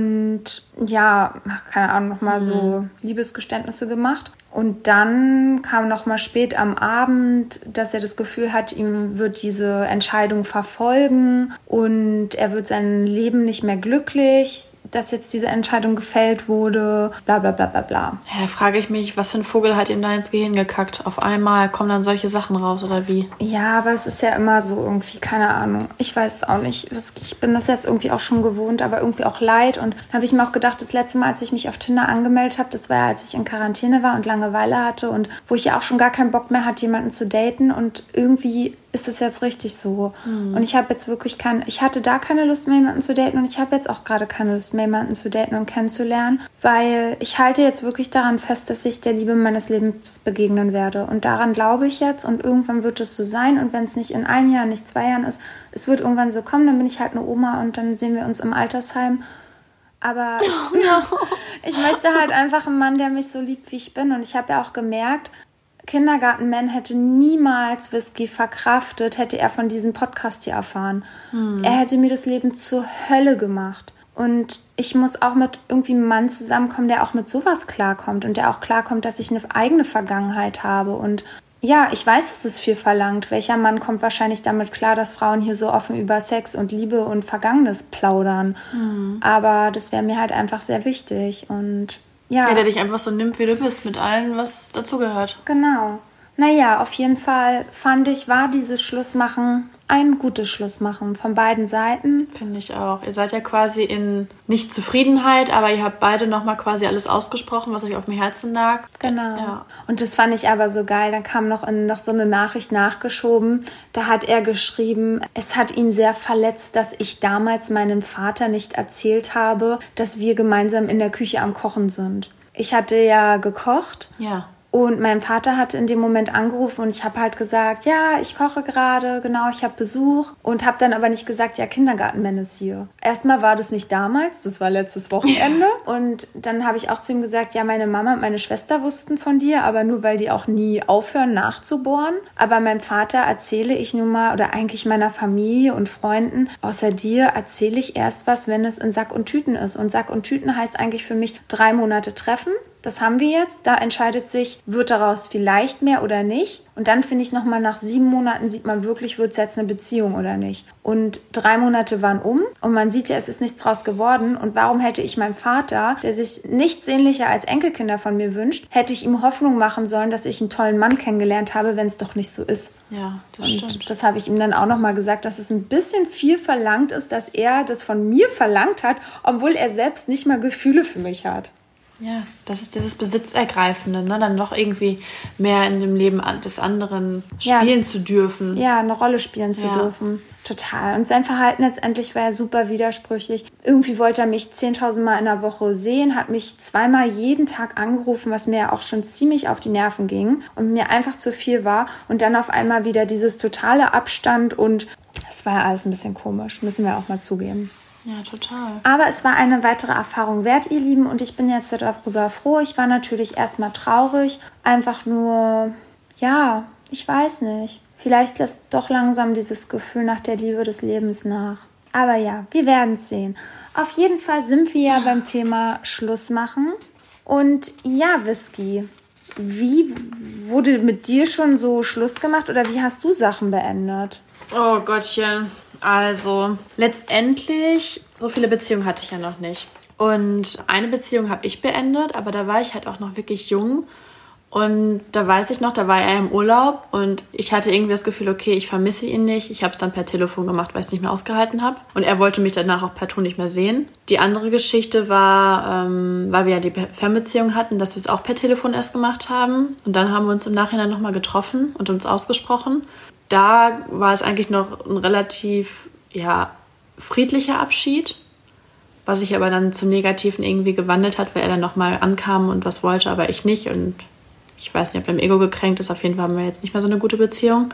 Und ja, keine Ahnung, nochmal mhm. so Liebesgeständnisse gemacht. Und dann kam nochmal spät am Abend, dass er das Gefühl hat, ihm wird diese Entscheidung verfolgen und er wird sein Leben nicht mehr glücklich, dass jetzt diese Entscheidung gefällt wurde, bla bla bla bla bla. Ja, da frage ich mich, was für ein Vogel hat ihm da ins Gehirn gekackt? Auf einmal kommen dann solche Sachen raus, oder wie? Ja, aber es ist ja immer so irgendwie, keine Ahnung. Ich weiß es auch nicht. Ich bin das jetzt irgendwie auch schon gewohnt, aber irgendwie auch leid. Und da habe ich mir auch gedacht, das letzte Mal, als ich mich auf Tinder angemeldet habe, das war ja, als ich in Quarantäne war und Langeweile hatte und wo ich ja auch schon gar keinen Bock mehr hatte, jemanden zu daten. Und irgendwie ist es jetzt richtig so. Mhm. Und ich habe jetzt wirklich kein, ich hatte da keine Lust mehr, jemanden zu daten und ich habe jetzt auch gerade keine Lust mehr, jemanden zu daten und kennenzulernen, weil ich halte jetzt wirklich daran fest, dass ich der Liebe meines Lebens begegnen werde. Und daran glaube ich jetzt und irgendwann wird es so sein und wenn es nicht in einem Jahr, nicht zwei Jahren ist, es wird irgendwann so kommen, dann bin ich halt eine Oma und dann sehen wir uns im Altersheim. Aber ich, ich möchte halt einfach einen Mann, der mich so liebt, wie ich bin. Und ich habe ja auch gemerkt, Kindergartenman hätte niemals Whisky verkraftet, hätte er von diesem Podcast hier erfahren. Hm. Er hätte mir das Leben zur Hölle gemacht. Und ich muss auch mit irgendwie einem Mann zusammenkommen, der auch mit sowas klarkommt und der auch klarkommt, dass ich eine eigene Vergangenheit habe. Und ja, ich weiß, es ist viel verlangt. Welcher Mann kommt wahrscheinlich damit klar, dass Frauen hier so offen über Sex und Liebe und Vergangenes plaudern? Hm. Aber das wäre mir halt einfach sehr wichtig. Und ja. Ja, der dich einfach so nimmt, wie du bist, mit allem, was dazugehört. Genau. Naja, auf jeden Fall fand ich, war dieses Schlussmachen ein gutes Schlussmachen von beiden Seiten. Finde ich auch. Ihr seid ja quasi in nicht Zufriedenheit, aber ihr habt beide nochmal quasi alles ausgesprochen, was euch auf dem Herzen lag. Genau. Ja. Und das fand ich aber so geil. Da kam noch, in, noch so eine Nachricht nachgeschoben. Da hat er geschrieben, es hat ihn sehr verletzt, dass ich damals meinem Vater nicht erzählt habe, dass wir gemeinsam in der Küche am Kochen sind. Ich hatte ja gekocht. Ja. Und mein Vater hat in dem Moment angerufen und ich habe halt gesagt, ja, ich koche gerade, genau, ich habe Besuch. Und habe dann aber nicht gesagt, ja, Kindergartenmann ist hier. Erstmal war das nicht damals, das war letztes Wochenende. Und dann habe ich auch zu ihm gesagt, ja, meine Mama und meine Schwester wussten von dir, aber nur, weil die auch nie aufhören nachzubohren. Aber meinem Vater erzähle ich nun mal, oder eigentlich meiner Familie und Freunden, außer dir erzähle ich erst was, wenn es in Sack und Tüten ist. Und Sack und Tüten heißt eigentlich für mich drei Monate treffen. Das haben wir jetzt. Da entscheidet sich, wird daraus vielleicht mehr oder nicht. Und dann finde ich nochmal, nach sieben Monaten sieht man wirklich, wird es jetzt eine Beziehung oder nicht. Und drei Monate waren um und man sieht ja, es ist nichts draus geworden. Und warum hätte ich meinem Vater, der sich nichts sehnlicher als Enkelkinder von mir wünscht, hätte ich ihm Hoffnung machen sollen, dass ich einen tollen Mann kennengelernt habe, wenn es doch nicht so ist. Ja, das und stimmt. Das habe ich ihm dann auch nochmal gesagt, dass es ein bisschen viel verlangt ist, dass er das von mir verlangt hat, obwohl er selbst nicht mal Gefühle für mich hat. Ja, das ist dieses Besitzergreifende, ne? Dann doch irgendwie mehr in dem Leben des anderen spielen ja, zu dürfen. Ja, eine Rolle spielen zu ja. dürfen. Total. Und sein Verhalten letztendlich war ja super widersprüchlich. Irgendwie wollte er mich zehntausend Mal in der Woche sehen, hat mich zweimal jeden Tag angerufen, was mir ja auch schon ziemlich auf die Nerven ging und mir einfach zu viel war. Und dann auf einmal wieder dieses totale Abstand und das war ja alles ein bisschen komisch, müssen wir auch mal zugeben. Ja, total. Aber es war eine weitere Erfahrung wert, ihr Lieben, und ich bin jetzt darüber froh. Ich war natürlich erstmal traurig, einfach nur, ja, ich weiß nicht. Vielleicht lässt doch langsam dieses Gefühl nach der Liebe des Lebens nach. Aber ja, wir werden es sehen. Auf jeden Fall sind wir ja beim Thema Schluss machen. Und ja, Whisky, wie wurde mit dir schon so Schluss gemacht oder wie hast du Sachen beendet? Oh Gottchen. Also, letztendlich, so viele Beziehungen hatte ich ja noch nicht. Und eine Beziehung habe ich beendet, aber da war ich halt auch noch wirklich jung. Und da weiß ich noch, da war er im Urlaub und ich hatte irgendwie das Gefühl, okay, ich vermisse ihn nicht. Ich habe es dann per Telefon gemacht, weil ich es nicht mehr ausgehalten habe. Und er wollte mich danach auch partout nicht mehr sehen. Die andere Geschichte war, ähm, weil wir ja die Fernbeziehung hatten, dass wir es auch per Telefon erst gemacht haben. Und dann haben wir uns im Nachhinein nochmal getroffen und uns ausgesprochen. Da war es eigentlich noch ein relativ, ja, friedlicher Abschied, was sich aber dann zum Negativen irgendwie gewandelt hat, weil er dann nochmal ankam und was wollte, aber ich nicht. Und ich weiß nicht, ob er im Ego gekränkt ist. Auf jeden Fall haben wir jetzt nicht mehr so eine gute Beziehung.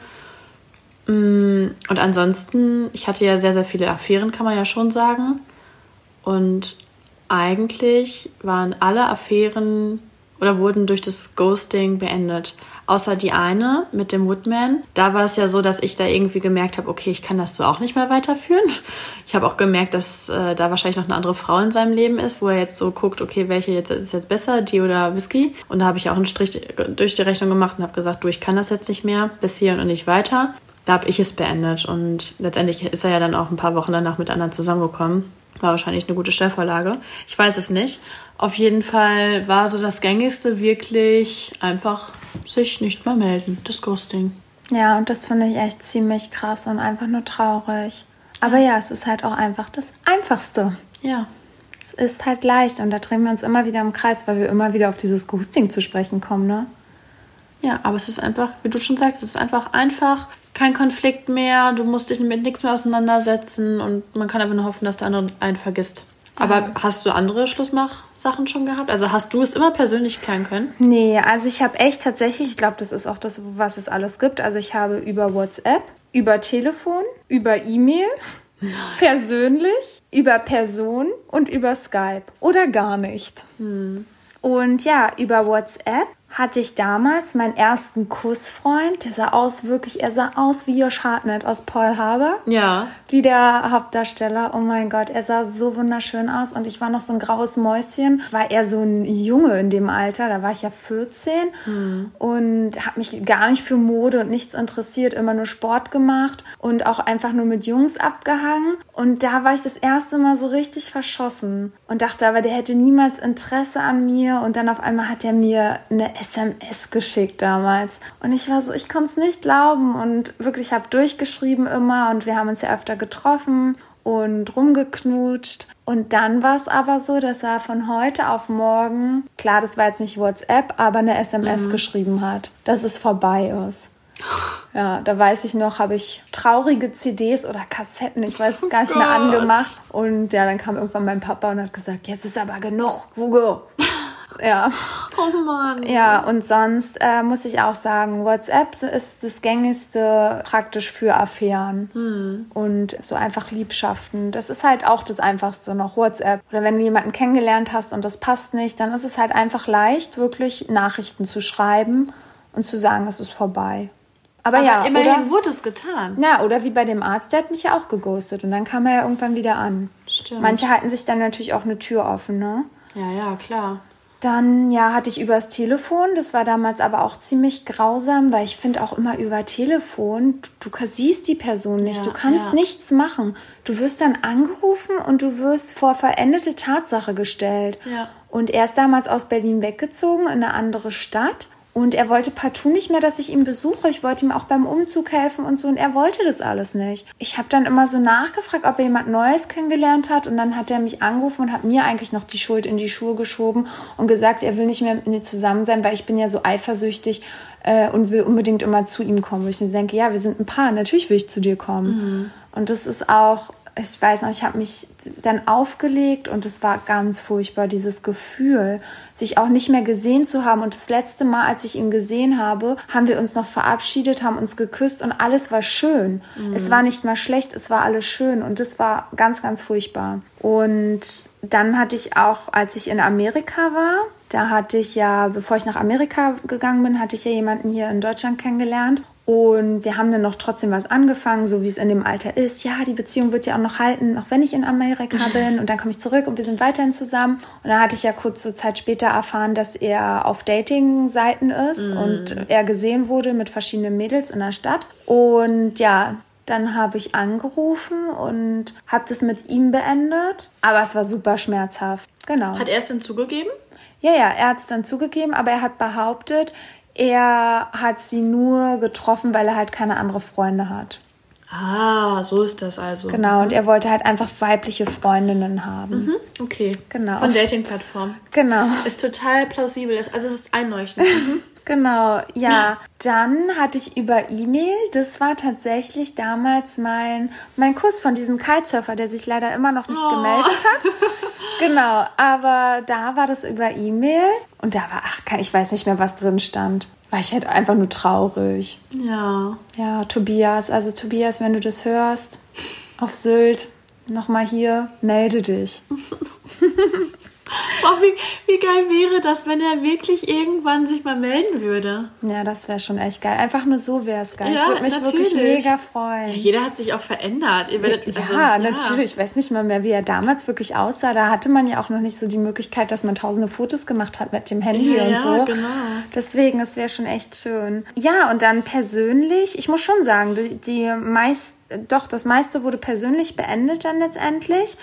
Und ansonsten, ich hatte ja sehr, sehr viele Affären, kann man ja schon sagen. Und eigentlich waren alle Affären oder wurden durch das Ghosting beendet. Außer die eine mit dem Woodman. Da war es ja so, dass ich da irgendwie gemerkt habe, okay, ich kann das so auch nicht mehr weiterführen. Ich habe auch gemerkt, dass äh, da wahrscheinlich noch eine andere Frau in seinem Leben ist, wo er jetzt so guckt, okay, welche jetzt ist jetzt besser, die oder Whisky. Und da habe ich auch einen Strich durch die Rechnung gemacht und habe gesagt, du, ich kann das jetzt nicht mehr, bis hier und nicht weiter. Da habe ich es beendet und letztendlich ist er ja dann auch ein paar Wochen danach mit anderen zusammengekommen. War wahrscheinlich eine gute Stellvorlage. Ich weiß es nicht. Auf jeden Fall war so das Gängigste wirklich einfach sich nicht mehr melden. Das Ghosting. Ja, und das finde ich echt ziemlich krass und einfach nur traurig. Aber ja, es ist halt auch einfach das Einfachste. Ja. Es ist halt leicht und da drehen wir uns immer wieder im Kreis, weil wir immer wieder auf dieses Ghosting zu sprechen kommen, ne? Ja, aber es ist einfach, wie du schon sagst, es ist einfach einfach, kein Konflikt mehr, du musst dich mit nichts mehr auseinandersetzen und man kann einfach nur hoffen, dass der andere einen vergisst. Aber ja. Hast du andere Schlussmach-Sachen schon gehabt? Also hast du es immer persönlich klären können? Nee, also ich habe echt tatsächlich, ich glaube, das ist auch das, was es alles gibt. Also ich habe über WhatsApp, über Telefon, über E-Mail, persönlich, über Person und über Skype oder gar nicht. Hm. Und ja, über WhatsApp hatte ich damals meinen ersten Kussfreund. Der sah aus, wirklich, er sah aus wie Josh Hartnett aus Pearl Harbor. Ja. Wie der Hauptdarsteller. Oh mein Gott, er sah so wunderschön aus. Und ich war noch so ein graues Mäuschen. War eher so ein Junge in dem Alter. Da war ich ja vierzehn. Hm. Und habe mich gar nicht für Mode und nichts interessiert. Immer nur Sport gemacht. Und auch einfach nur mit Jungs abgehangen. Und da war ich das erste Mal so richtig verschossen. Und dachte aber, der hätte niemals Interesse an mir. Und dann auf einmal hat er mir eine S M S geschickt damals. Und ich war so, ich konnte es nicht glauben und wirklich habe durchgeschrieben immer und wir haben uns ja öfter getroffen und rumgeknutscht. Und dann war es aber so, dass er von heute auf morgen, klar, das war jetzt nicht WhatsApp, aber eine S M S mhm. geschrieben hat, dass es vorbei ist. Ja, da weiß ich noch, habe ich traurige C Ds oder Kassetten, ich weiß es gar nicht oh mehr, angemacht. Und ja, dann kam irgendwann mein Papa und hat gesagt, jetzt ist aber genug, Hugo. Ja. Oh Mann. Ja, und sonst äh, muss ich auch sagen, WhatsApp ist das Gängigste praktisch für Affären. Hm. Und so einfach Liebschaften. Das ist halt auch das Einfachste noch, WhatsApp. Oder wenn du jemanden kennengelernt hast und das passt nicht, dann ist es halt einfach leicht, wirklich Nachrichten zu schreiben und zu sagen, es ist vorbei. Aber, Aber ja, immerhin oder, wurde es getan. Na, oder wie bei dem Arzt, der hat mich ja auch geghostet. Und dann kam er ja irgendwann wieder an. Stimmt. Manche halten sich dann natürlich auch eine Tür offen, ne? Ja, ja, klar. Dann, ja, hatte ich übers Telefon. Das war damals aber auch ziemlich grausam, weil ich finde auch immer über Telefon, du, du siehst die Person nicht, ja, du kannst ja. nichts machen. Du wirst dann angerufen und du wirst vor vollendete Tatsache gestellt. Ja. Und er ist damals aus Berlin weggezogen in eine andere Stadt. Und er wollte partout nicht mehr, dass ich ihn besuche. Ich wollte ihm auch beim Umzug helfen und so. Und er wollte das alles nicht. Ich habe dann immer so nachgefragt, ob er jemand Neues kennengelernt hat. Und dann hat er mich angerufen und hat mir eigentlich noch die Schuld in die Schuhe geschoben und gesagt, er will nicht mehr mit mir zusammen sein, weil ich bin ja so eifersüchtig äh, und will unbedingt immer zu ihm kommen. Und ich denke, ja, wir sind ein Paar. Natürlich will ich zu dir kommen. Mhm. Und das ist auch... Ich weiß noch, ich habe mich dann aufgelegt und es war ganz furchtbar, dieses Gefühl, sich auch nicht mehr gesehen zu haben. Und das letzte Mal, als ich ihn gesehen habe, haben wir uns noch verabschiedet, haben uns geküsst und alles war schön. Mhm. Es war nicht mal schlecht, es war alles schön und das war ganz, ganz furchtbar. Und dann hatte ich auch, als ich in Amerika war, da hatte ich ja, bevor ich nach Amerika gegangen bin, hatte ich ja jemanden hier in Deutschland kennengelernt. Und wir haben dann noch trotzdem was angefangen, so wie es in dem Alter ist. Ja, die Beziehung wird ja auch noch halten, auch wenn ich in Amerika bin. Und dann komme ich zurück und wir sind weiterhin zusammen. Und dann hatte ich ja kurze Zeit später erfahren, dass er auf Dating-Seiten ist mm. und er gesehen wurde mit verschiedenen Mädels in der Stadt. Und ja, dann habe ich angerufen und habe das mit ihm beendet. Aber es war super schmerzhaft. Genau. Hat er es denn zugegeben? Ja, ja, er hat es dann zugegeben, aber er hat behauptet, er hat sie nur getroffen, weil er halt keine andere Freunde hat. Ah, so ist das also. Genau, und er wollte halt einfach weibliche Freundinnen haben. Mhm, okay, genau. Von Dating-Plattformen. Genau. Ist total plausibel, also es ist einleuchtend. Mhm. Genau, ja. Dann hatte ich über E-Mail, das war tatsächlich damals mein, mein Kuss von diesem Kitesurfer, der sich leider immer noch nicht oh. gemeldet hat. Genau, aber da war das über E-Mail und da war, ach, ich weiß nicht mehr, was drin stand. War ich halt einfach nur traurig. Ja. Ja, Tobias, also Tobias, wenn du das hörst, auf Sylt, nochmal hier, melde dich. Oh, wie, wie geil wäre das, wenn er wirklich irgendwann sich mal melden würde? Ja, das wäre schon echt geil. Einfach nur so wäre es geil. Ja, ich würde mich natürlich. wirklich mega freuen. Ja, jeder hat sich auch verändert. Ihr werdet, ja, also, ja, ja, natürlich. Ich weiß nicht mal mehr, wie er damals wirklich aussah. Da hatte man ja auch noch nicht so die Möglichkeit, dass man tausende Fotos gemacht hat mit dem Handy ja, und ja, so. Genau. Deswegen, es wäre schon echt schön. Ja, und dann persönlich, ich muss schon sagen, die, die meist, doch, das meiste wurde persönlich beendet dann letztendlich.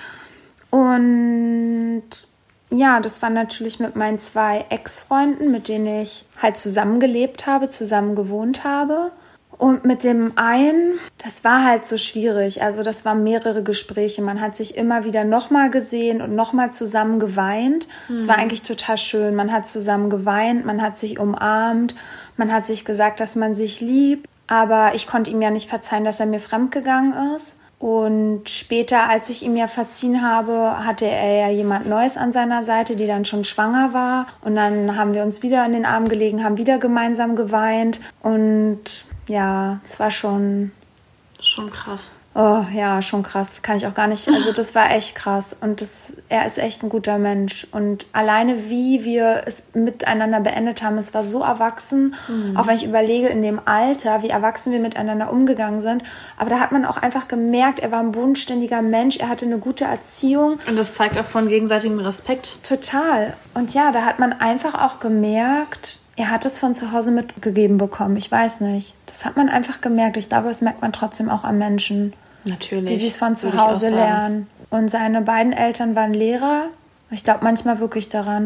Und ja, das war natürlich mit meinen zwei Ex-Freunden, mit denen ich halt zusammengelebt habe, zusammen gewohnt habe. Und mit dem einen, das war halt so schwierig. Also das waren mehrere Gespräche. Man hat sich immer wieder nochmal gesehen und nochmal zusammen geweint. Es mhm. war eigentlich total schön. Man hat zusammen geweint, man hat sich umarmt, man hat sich gesagt, dass man sich liebt. Aber ich konnte ihm ja nicht verzeihen, dass er mir fremdgegangen ist. Und später, als ich ihm ja verziehen habe, hatte er ja jemand Neues an seiner Seite, die dann schon schwanger war. Und dann haben wir uns wieder in den Arm gelegen, haben wieder gemeinsam geweint. Und ja, es war schon... Schon krass. Oh ja, schon krass. Kann ich auch gar nicht... Also das war echt krass. Und das, er ist echt ein guter Mensch. Und alleine wie wir es miteinander beendet haben, es war so erwachsen. Mhm. Auch wenn ich überlege, in dem Alter, wie erwachsen wir miteinander umgegangen sind. Aber da hat man auch einfach gemerkt, er war ein bodenständiger Mensch. Er hatte eine gute Erziehung. Und das zeigt auch von gegenseitigem Respekt. Total. Und ja, da hat man einfach auch gemerkt... Er hat es von zu Hause mitgegeben bekommen. Ich weiß nicht. Das hat man einfach gemerkt. Ich glaube, das merkt man trotzdem auch am Menschen. Natürlich. Wie sie es von zu Hause lernen. Und seine beiden Eltern waren Lehrer. Ich glaube manchmal wirklich daran,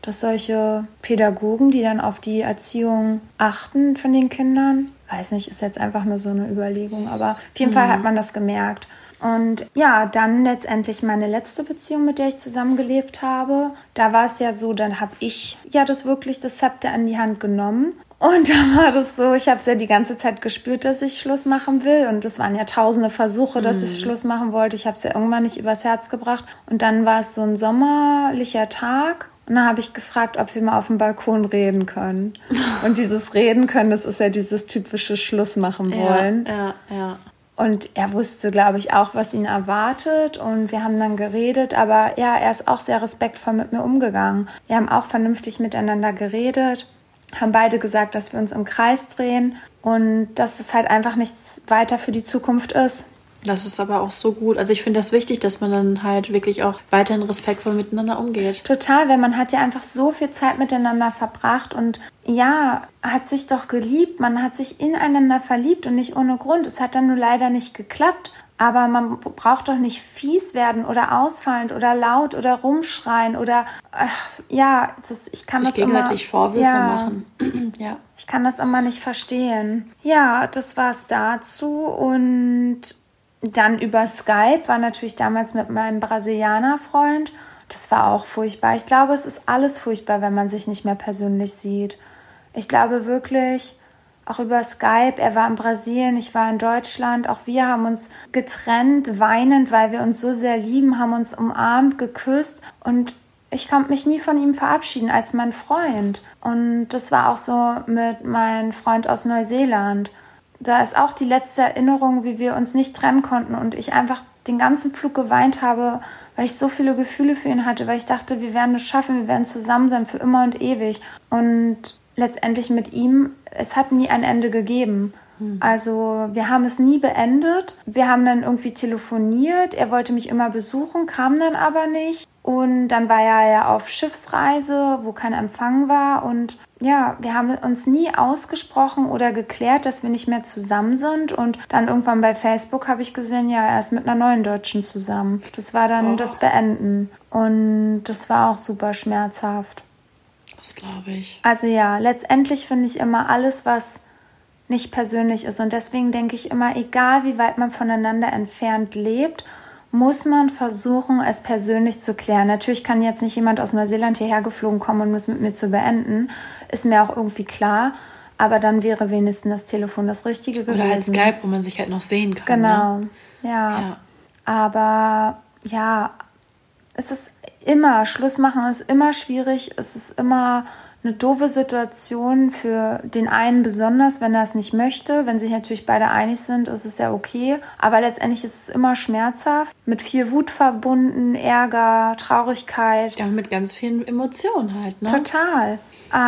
dass solche Pädagogen, die dann auf die Erziehung achten von den Kindern, weiß nicht, ist jetzt einfach nur so eine Überlegung, aber auf jeden mhm. Fall hat man das gemerkt. Und ja, dann letztendlich meine letzte Beziehung, mit der ich zusammengelebt habe, da war es ja so, dann habe ich ja das wirklich das Zepter in die Hand genommen. Und da war das so, ich habe es ja die ganze Zeit gespürt, dass ich Schluss machen will. Und es waren ja tausende Versuche, dass mhm. ich Schluss machen wollte. Ich habe es ja irgendwann nicht übers Herz gebracht. Und dann war es so ein sommerlicher Tag. Und dann habe ich gefragt, ob wir mal auf dem Balkon reden können. Und dieses Reden können, das ist ja dieses typische Schluss machen wollen. Ja, ja, ja. Und er wusste, glaube ich, auch, was ihn erwartet. Und wir haben dann geredet. Aber ja, er ist auch sehr respektvoll mit mir umgegangen. Wir haben auch vernünftig miteinander geredet. Haben beide gesagt, dass wir uns im Kreis drehen. Und dass es halt einfach nichts weiter für die Zukunft ist. Das ist aber auch so gut. Also ich finde das wichtig, dass man dann halt wirklich auch weiterhin respektvoll miteinander umgeht. Total, weil man hat ja einfach so viel Zeit miteinander verbracht und ja, hat sich doch geliebt. Man hat sich ineinander verliebt und nicht ohne Grund. Es hat dann nur leider nicht geklappt. Aber man braucht doch nicht fies werden oder ausfallend oder laut oder rumschreien oder ach, ja, das, ich kann sich das gegenseitig immer, Vorwürfe ja, machen. Ja. Ich kann das immer nicht verstehen. Ja, das war's dazu und dann über Skype war natürlich damals mit meinem Brasilianer-Freund. Das war auch furchtbar. Ich glaube, es ist alles furchtbar, wenn man sich nicht mehr persönlich sieht. Ich glaube wirklich, auch über Skype, er war in Brasilien, ich war in Deutschland. Auch wir haben uns getrennt, weinend, weil wir uns so sehr lieben, haben uns umarmt, geküsst. Und ich konnte mich nie von ihm verabschieden als mein Freund. Und das war auch so mit meinem Freund aus Neuseeland. Da ist auch die letzte Erinnerung, wie wir uns nicht trennen konnten und ich einfach den ganzen Flug geweint habe, weil ich so viele Gefühle für ihn hatte, weil ich dachte, wir werden es schaffen, wir werden zusammen sein für immer und ewig. Und letztendlich mit ihm, es hat nie ein Ende gegeben. Hm. Also wir haben es nie beendet. Wir haben dann irgendwie telefoniert. Er wollte mich immer besuchen, kam dann aber nicht. Und dann war er ja auf Schiffsreise, wo kein Empfang war. Und ja, wir haben uns nie ausgesprochen oder geklärt, dass wir nicht mehr zusammen sind. Und dann irgendwann bei Facebook habe ich gesehen, ja, er ist mit einer neuen Deutschen zusammen. Das war dann oh. das Beenden. Und das war auch super schmerzhaft. Das glaube ich. Also ja, letztendlich finde ich immer alles, was nicht persönlich ist. Und deswegen denke ich immer, egal wie weit man voneinander entfernt lebt, muss man versuchen, es persönlich zu klären. Natürlich kann jetzt nicht jemand aus Neuseeland hierher geflogen kommen, um es mit mir zu beenden. Ist mir auch irgendwie klar. Aber dann wäre wenigstens das Telefon das Richtige gewesen. Oder halt Skype, wo man sich halt noch sehen kann. Genau, ne? ja. ja. Aber ja, es ist immer, Schluss machen ist immer schwierig. Es ist immer eine doofe Situation für den einen besonders, wenn er es nicht möchte. Wenn sich natürlich beide einig sind, ist es ja okay. Aber letztendlich ist es immer schmerzhaft, mit viel Wut verbunden, Ärger, Traurigkeit. Ja, mit ganz vielen Emotionen halt, ne? Total.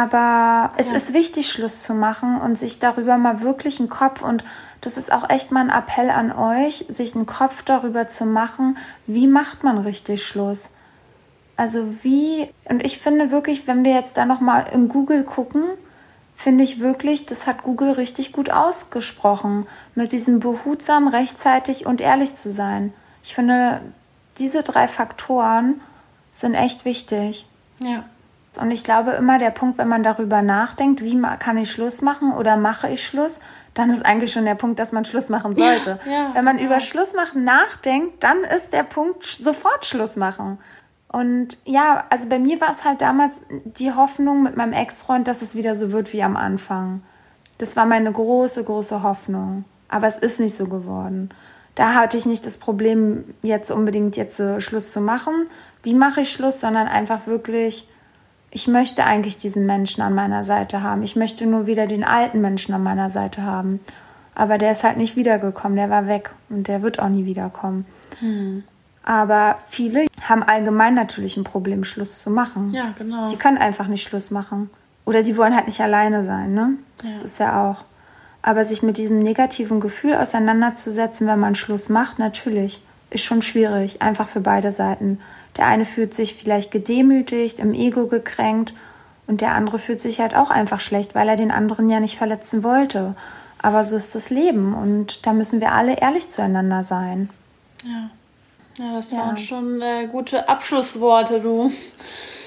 Aber es ja. ist wichtig, Schluss zu machen und sich darüber mal wirklich einen Kopf, und das ist auch echt mal ein Appell an euch, sich einen Kopf darüber zu machen, wie macht man richtig Schluss? Also wie, und ich finde wirklich, wenn wir jetzt da nochmal in Google gucken, finde ich wirklich, das hat Google richtig gut ausgesprochen, mit diesem behutsam, rechtzeitig und ehrlich zu sein. Ich finde, diese drei Faktoren sind echt wichtig. Ja. Und ich glaube immer, der Punkt, wenn man darüber nachdenkt, wie kann ich Schluss machen oder mache ich Schluss, dann ist eigentlich schon der Punkt, dass man Schluss machen sollte. Ja, ja, wenn man ja. über Schluss machen nachdenkt, dann ist der Punkt sofort Schluss machen. Und ja, also bei mir war es halt damals die Hoffnung mit meinem Ex-Freund, dass es wieder so wird wie am Anfang. Das war meine große, große Hoffnung. Aber es ist nicht so geworden. Da hatte ich nicht das Problem, jetzt unbedingt jetzt äh, Schluss zu machen. Wie mache ich Schluss? Sondern einfach wirklich, ich möchte eigentlich diesen Menschen an meiner Seite haben. Ich möchte nur wieder den alten Menschen an meiner Seite haben. Aber der ist halt nicht wiedergekommen. Der war weg und der wird auch nie wiederkommen. Hm. Aber viele haben allgemein natürlich ein Problem, Schluss zu machen. Ja, genau. Die können einfach nicht Schluss machen. Oder die wollen halt nicht alleine sein, ne? Das ja. ist ja auch. Aber sich mit diesem negativen Gefühl auseinanderzusetzen, wenn man Schluss macht, natürlich, ist schon schwierig. Einfach für beide Seiten. Der eine fühlt sich vielleicht gedemütigt, im Ego gekränkt und der andere fühlt sich halt auch einfach schlecht, weil er den anderen ja nicht verletzen wollte. Aber so ist das Leben und da müssen wir alle ehrlich zueinander sein. Ja. Ja, das Ja. waren schon äh, gute Abschlussworte, du.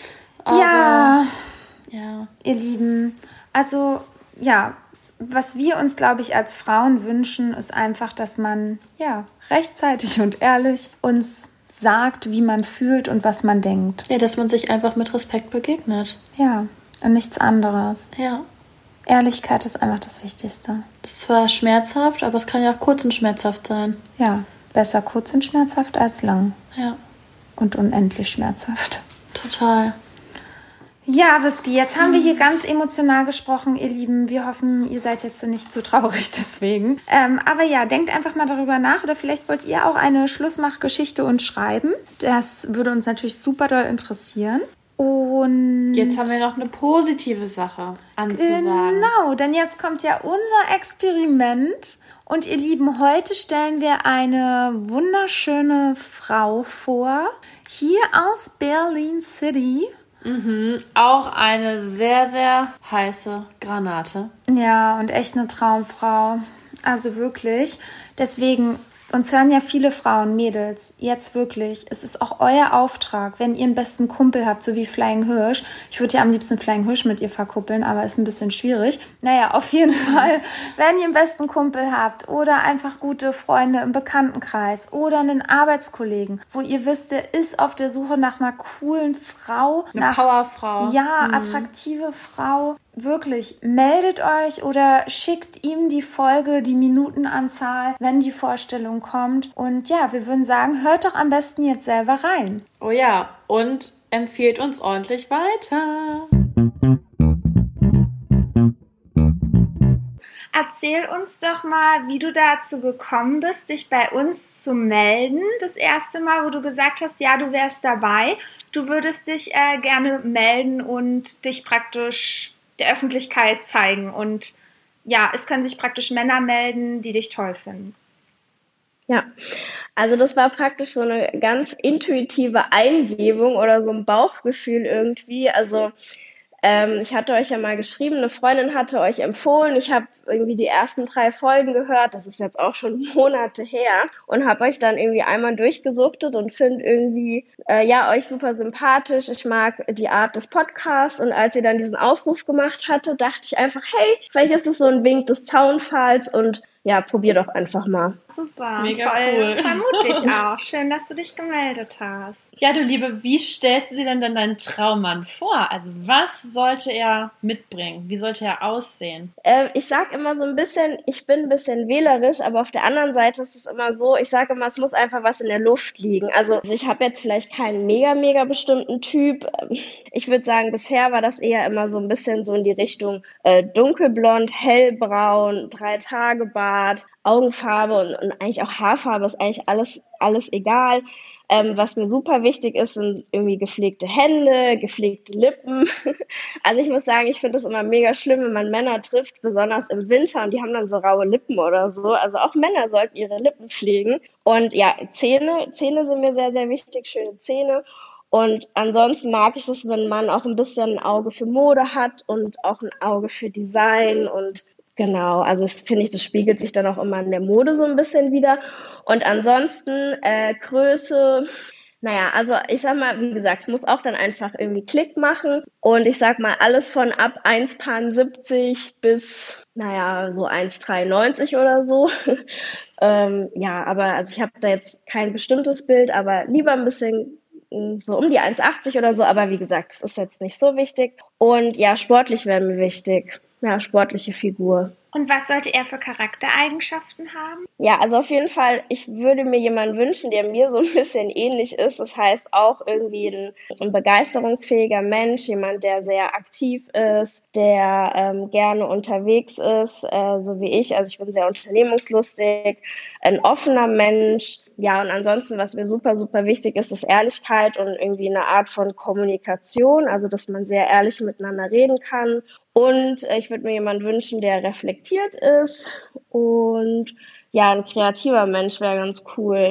Aber, Ja, ja. ihr Lieben, also ja, was wir uns, glaube ich, als Frauen wünschen, ist einfach, dass man ja rechtzeitig und ehrlich uns sagt, wie man fühlt und was man denkt. Ja, dass man sich einfach mit Respekt begegnet. Ja, und nichts anderes. Ja. Ehrlichkeit ist einfach das Wichtigste. Das ist zwar schmerzhaft, aber es kann ja auch kurz und schmerzhaft sein. Ja, besser kurz und schmerzhaft als lang. Ja. Und unendlich schmerzhaft. Total. Ja, Whisky, jetzt haben wir hier ganz emotional gesprochen, ihr Lieben. Wir hoffen, ihr seid jetzt nicht zu traurig deswegen. Ähm, aber ja, denkt einfach mal darüber nach oder vielleicht wollt ihr auch eine Schlussmachgeschichte uns schreiben. Das würde uns natürlich super doll interessieren. Und Jetzt haben wir noch eine positive Sache anzusagen. Genau, denn jetzt kommt ja unser Experiment. Und ihr Lieben, heute stellen wir eine wunderschöne Frau vor, hier aus Berlin City. Mhm. Auch eine sehr, sehr heiße Granate. Ja, und echt eine Traumfrau. Also wirklich. Deswegen, uns hören ja viele Frauen, Mädels. Jetzt wirklich. Es ist auch euer Auftrag, wenn ihr einen besten Kumpel habt, so wie Flying Hirsch. Ich würde ja am liebsten Flying Hirsch mit ihr verkuppeln, aber ist ein bisschen schwierig. Naja, auf jeden Fall, wenn ihr einen besten Kumpel habt oder einfach gute Freunde im Bekanntenkreis oder einen Arbeitskollegen, wo ihr wisst, der ist auf der Suche nach einer coolen Frau. Eine nach, Powerfrau. Ja, attraktive Frau. Wirklich, meldet euch oder schickt ihm die Folge, die Minutenanzahl, wenn die Vorstellung kommt. Und ja, wir würden sagen, hört doch am besten jetzt selber rein. Oh ja, und empfiehlt uns ordentlich weiter. Erzähl uns doch mal, wie du dazu gekommen bist, dich bei uns zu melden. Das erste Mal, wo du gesagt hast, ja, du wärst dabei. Du würdest dich äh, gerne melden und dich praktisch der Öffentlichkeit zeigen. Und ja, es können sich praktisch Männer melden, die dich toll finden. Ja, also das war praktisch so eine ganz intuitive Eingebung oder so ein Bauchgefühl irgendwie. Also ähm, ich hatte euch ja mal geschrieben, eine Freundin hatte euch empfohlen. Ich habe irgendwie die ersten drei Folgen gehört, das ist jetzt auch schon Monate her, und habe euch dann irgendwie einmal durchgesuchtet und finde irgendwie, äh, ja, euch super sympathisch. Ich mag die Art des Podcasts, und als ihr dann diesen Aufruf gemacht hatte, dachte ich einfach, hey, vielleicht ist es so ein Wink des Zaunpfahls und ja, probier doch einfach mal. Super, Mega voll, cool. voll mutig auch. Schön, dass du dich gemeldet hast. Ja, du Liebe, wie stellst du dir denn dann deinen Traummann vor? Also was sollte er mitbringen? Wie sollte er aussehen? Äh, ich sag immer so ein bisschen, ich bin ein bisschen wählerisch, aber auf der anderen Seite ist es immer so, ich sage immer, es muss einfach was in der Luft liegen. Also, also ich habe jetzt vielleicht keinen mega, mega bestimmten Typ. Ich würde sagen, bisher war das eher immer so ein bisschen so in die Richtung äh, dunkelblond, hellbraun, drei Tage Bart, Augenfarbe und, und eigentlich auch Haarfarbe ist eigentlich alles, alles egal. Ähm, was mir super wichtig ist, sind irgendwie gepflegte Hände, gepflegte Lippen. Also ich muss sagen, ich finde das immer mega schlimm, wenn man Männer trifft, besonders im Winter, und die haben dann so raue Lippen oder so. Also auch Männer sollten ihre Lippen pflegen. Und ja, Zähne, Zähne sind mir sehr, sehr wichtig, schöne Zähne. Und ansonsten mag ich es, wenn ein Mann auch ein bisschen ein Auge für Mode hat und auch ein Auge für Design und genau, also das finde ich, das spiegelt sich dann auch immer in der Mode so ein bisschen wieder. Und ansonsten äh, Größe, naja, also ich sag mal, wie gesagt, es muss auch dann einfach irgendwie Klick machen. Und ich sag mal, alles von ab eins Komma siebzig bis, naja, so eins Komma dreiundneunzig oder so. ähm, ja, aber also ich habe da jetzt kein bestimmtes Bild, aber lieber ein bisschen so um die eins Komma achtzig oder so. Aber wie gesagt, das ist jetzt nicht so wichtig. Und ja, sportlich wäre mir wichtig. Ja, sportliche Figur. Und was sollte er für Charaktereigenschaften haben? Ja, also auf jeden Fall, ich würde mir jemanden wünschen, der mir so ein bisschen ähnlich ist. Das heißt auch irgendwie ein, ein begeisterungsfähiger Mensch, jemand, der sehr aktiv ist, der ähm, gerne unterwegs ist, äh, so wie ich. Also ich bin sehr unternehmungslustig, ein offener Mensch. Ja, und ansonsten, was mir super, super wichtig ist, ist Ehrlichkeit und irgendwie eine Art von Kommunikation, also dass man sehr ehrlich miteinander reden kann. Und äh, ich würde mir jemanden wünschen, der reflektiert ist, und ja, ein kreativer Mensch wäre ganz cool.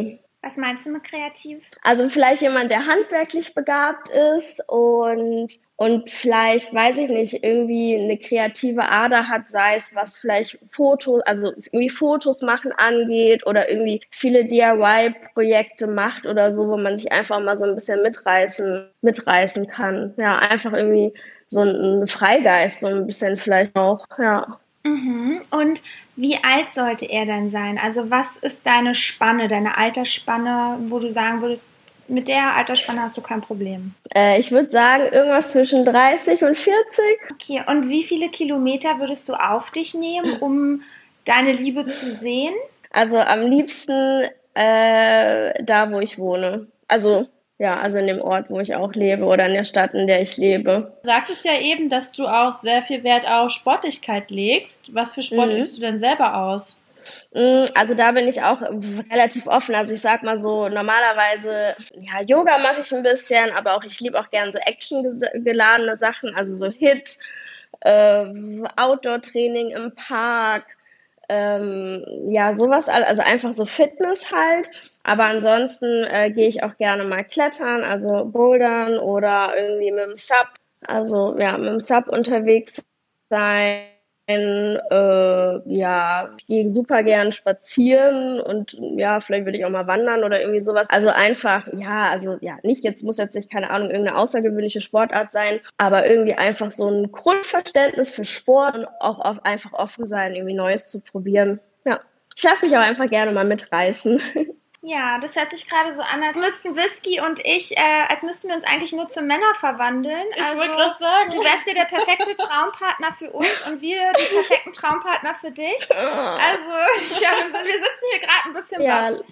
Was meinst du mit kreativ? Also vielleicht jemand, der handwerklich begabt ist und, und vielleicht, weiß ich nicht, irgendwie eine kreative Ader hat, sei es was vielleicht Fotos, also irgendwie Fotos machen angeht oder irgendwie viele D I Y-Projekte macht oder so, wo man sich einfach mal so ein bisschen mitreißen, mitreißen kann. Ja, einfach irgendwie so ein Freigeist, so ein bisschen vielleicht auch, ja. Mhm. Und wie alt sollte er denn sein? Also was ist deine Spanne, deine Altersspanne, wo du sagen würdest, mit der Altersspanne hast du kein Problem? Äh, ich würde sagen, irgendwas zwischen dreißig und vierzig. Okay, und wie viele Kilometer würdest du auf dich nehmen, um deine Liebe zu sehen? Also am liebsten äh, da, wo ich wohne. Also ja, also in dem Ort, wo ich auch lebe oder in der Stadt, in der ich lebe. Du sagtest ja eben, dass du auch sehr viel Wert auf Sportlichkeit legst. Was für Sport Mhm. übst du denn selber aus? Also da bin ich auch relativ offen. Also ich sag mal so, normalerweise, ja, Yoga mache ich ein bisschen, aber auch ich liebe auch gern so actiongeladene Sachen, also so Hit, äh, Outdoor-Training im Park, ähm, ja, sowas, all- also einfach so Fitness halt. Aber ansonsten äh, gehe ich auch gerne mal klettern, also bouldern oder irgendwie mit dem Sub, also ja, mit dem Sub unterwegs sein. Äh, ja, ich gehe super gern spazieren und ja, vielleicht würde ich auch mal wandern oder irgendwie sowas. Also einfach, ja, also ja, nicht jetzt, muss jetzt nicht, keine Ahnung, irgendeine außergewöhnliche Sportart sein, aber irgendwie einfach so ein Grundverständnis für Sport und auch auf, einfach offen sein, irgendwie Neues zu probieren. Ja, ich lasse mich auch einfach gerne mal mitreißen. Ja, das hört sich gerade so an, als müssten Whisky und ich, äh, als müssten wir uns eigentlich nur zu Männer verwandeln. Ich Also, wollte gerade sagen. du wärst ja der perfekte Traumpartner für uns und wir die perfekten Traumpartner für dich. Also, ja, wir, sind, wir sitzen hier gerade ein bisschen Ja, baff.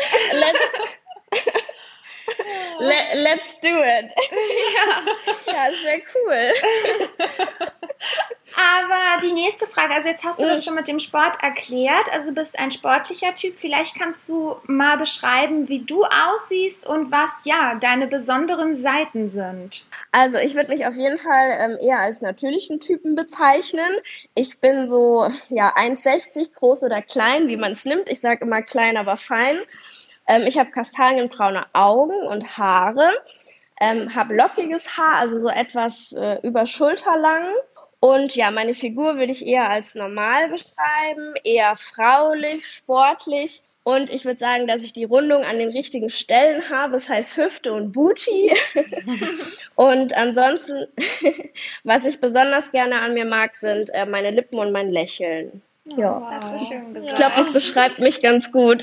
let, let, let's do it. Ja, ja, das wäre cool. Aber die nächste Frage, also jetzt hast du das schon mit dem Sport erklärt, also du bist ein sportlicher Typ. Vielleicht kannst du mal beschreiben, wie du aussiehst und was, ja, deine besonderen Seiten sind. Also ich würde mich auf jeden Fall ähm, eher als natürlichen Typen bezeichnen. Ich bin so ja eins sechzig groß oder klein, wie man es nimmt. Ich sage immer klein, aber fein. Ähm, ich habe kastanienbraune Augen und Haare, ähm, habe lockiges Haar, also so etwas äh, über Schulterlang. Und ja, meine Figur würde ich eher als normal beschreiben, eher fraulich, sportlich. Und ich würde sagen, dass ich die Rundung an den richtigen Stellen habe, das heißt Hüfte und Booty. Und ansonsten, was ich besonders gerne an mir mag, sind äh, meine Lippen und mein Lächeln. Ja, Das hast du schön gesagt. ich glaube, das beschreibt mich ganz gut.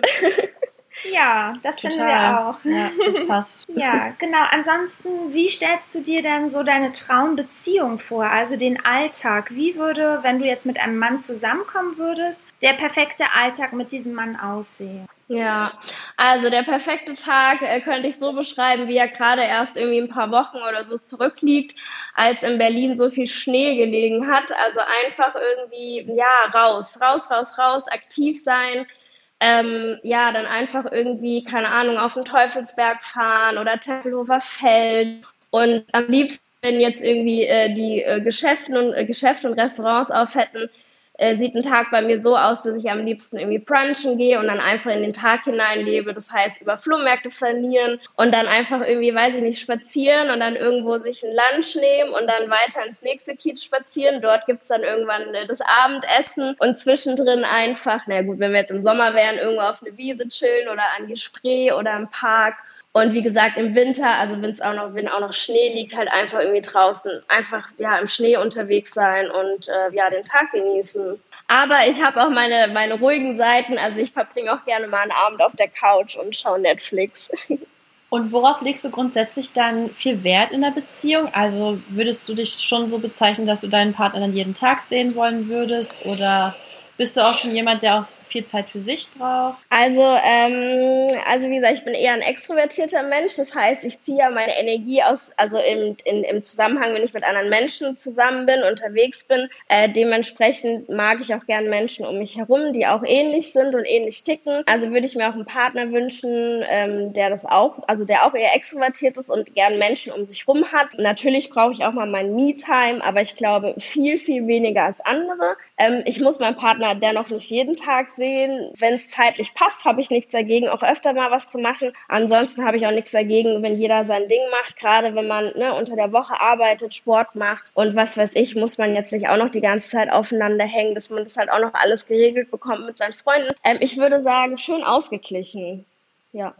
Ja, das Total. finden wir auch. Ja, das passt. Ja, genau. Ansonsten, wie stellst du dir denn so deine Traumbeziehung vor? Also den Alltag. Wie würde, wenn du jetzt mit einem Mann zusammenkommen würdest, der perfekte Alltag mit diesem Mann aussehen? Ja, also der perfekte Tag äh, könnte ich so beschreiben, wie er gerade erst irgendwie ein paar Wochen oder so zurückliegt, als in Berlin so viel Schnee gelegen hat. Also einfach irgendwie, ja, raus, raus, raus, raus, aktiv sein. Ähm, ja, dann einfach irgendwie, keine Ahnung, auf den Teufelsberg fahren oder Tempelhofer Feld und am liebsten, wenn jetzt irgendwie äh, die äh, Geschäfte und, äh, Geschäfte und Restaurants auf hätten, äh, sieht ein Tag bei mir so aus, dass ich am liebsten irgendwie brunchen gehe und dann einfach in den Tag hineinlebe. Das heißt, über Flohmärkte flanieren und dann einfach irgendwie, weiß ich nicht, spazieren und dann irgendwo sich ein Lunch nehmen und dann weiter ins nächste Kiez spazieren. Dort gibt's dann irgendwann äh, das Abendessen und zwischendrin einfach, na gut, wenn wir jetzt im Sommer wären, irgendwo auf eine Wiese chillen oder an die Spree oder im Park. Und wie gesagt, im Winter, also wenn es auch noch, wenn auch noch Schnee liegt, halt einfach irgendwie draußen, einfach ja im Schnee unterwegs sein und äh, ja den Tag genießen. Aber ich habe auch meine meine ruhigen Seiten, also ich verbringe auch gerne mal einen Abend auf der Couch und schaue Netflix. Und worauf legst du grundsätzlich dann viel Wert in der Beziehung? Also würdest du dich schon so bezeichnen, dass du deinen Partner dann jeden Tag sehen wollen würdest? Oder bist du auch schon jemand, der auch viel Zeit für sich braucht? Also, ähm, also wie gesagt, ich bin eher ein extrovertierter Mensch. Das heißt, ich ziehe ja meine Energie aus, also im, in, im Zusammenhang, wenn ich mit anderen Menschen zusammen bin, unterwegs bin. Äh, dementsprechend mag ich auch gern Menschen um mich herum, die auch ähnlich sind und ähnlich ticken. Also würde ich mir auch einen Partner wünschen, ähm, der das auch, also der auch eher extrovertiert ist und gern Menschen um sich rum hat. Natürlich brauche ich auch mal mein Me-Time, aber ich glaube viel, viel weniger als andere. Ähm, ich muss meinen Partner Partner dennoch nicht jeden Tag sehen. Wenn es zeitlich passt, habe ich nichts dagegen, auch öfter mal was zu machen. Ansonsten habe ich auch nichts dagegen, wenn jeder sein Ding macht, gerade wenn man ne, unter der Woche arbeitet, Sport macht und was weiß ich, muss man jetzt nicht auch noch die ganze Zeit aufeinander hängen, dass man das halt auch noch alles geregelt bekommt mit seinen Freunden. Ähm, ich würde sagen, schön ausgeglichen. Ja.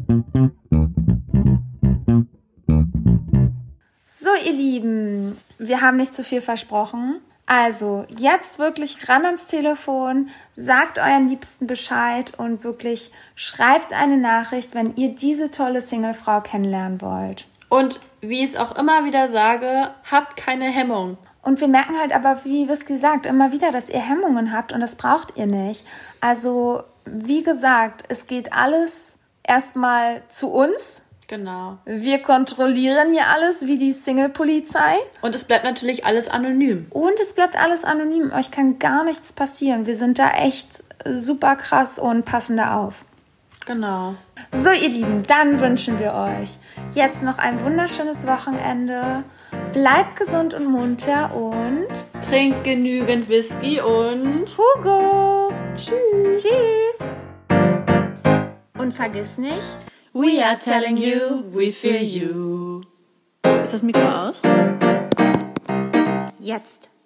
So, ihr Lieben, wir haben nicht zu viel versprochen. Also, jetzt wirklich ran ans Telefon, sagt euren Liebsten Bescheid und wirklich schreibt eine Nachricht, wenn ihr diese tolle Singlefrau kennenlernen wollt. Und wie ich es auch immer wieder sage, habt keine Hemmung. Und wir merken halt aber, wie Whisky sagt, immer wieder, dass ihr Hemmungen habt und das braucht ihr nicht. Also, wie gesagt, es geht alles erstmal zu uns. Genau. Wir kontrollieren hier alles wie die Single-Polizei. Und es bleibt natürlich alles anonym. Und es bleibt alles anonym. Euch kann gar nichts passieren. Wir sind da echt super krass und passen da auf. Genau. So, ihr Lieben, dann wünschen wir euch jetzt noch ein wunderschönes Wochenende. Bleibt gesund und munter und trinkt genügend Whisky und Hugo. Tschüss. Tschüss. Und vergiss nicht, we are telling you, we feel you. Ist das Mikro aus? Jetzt.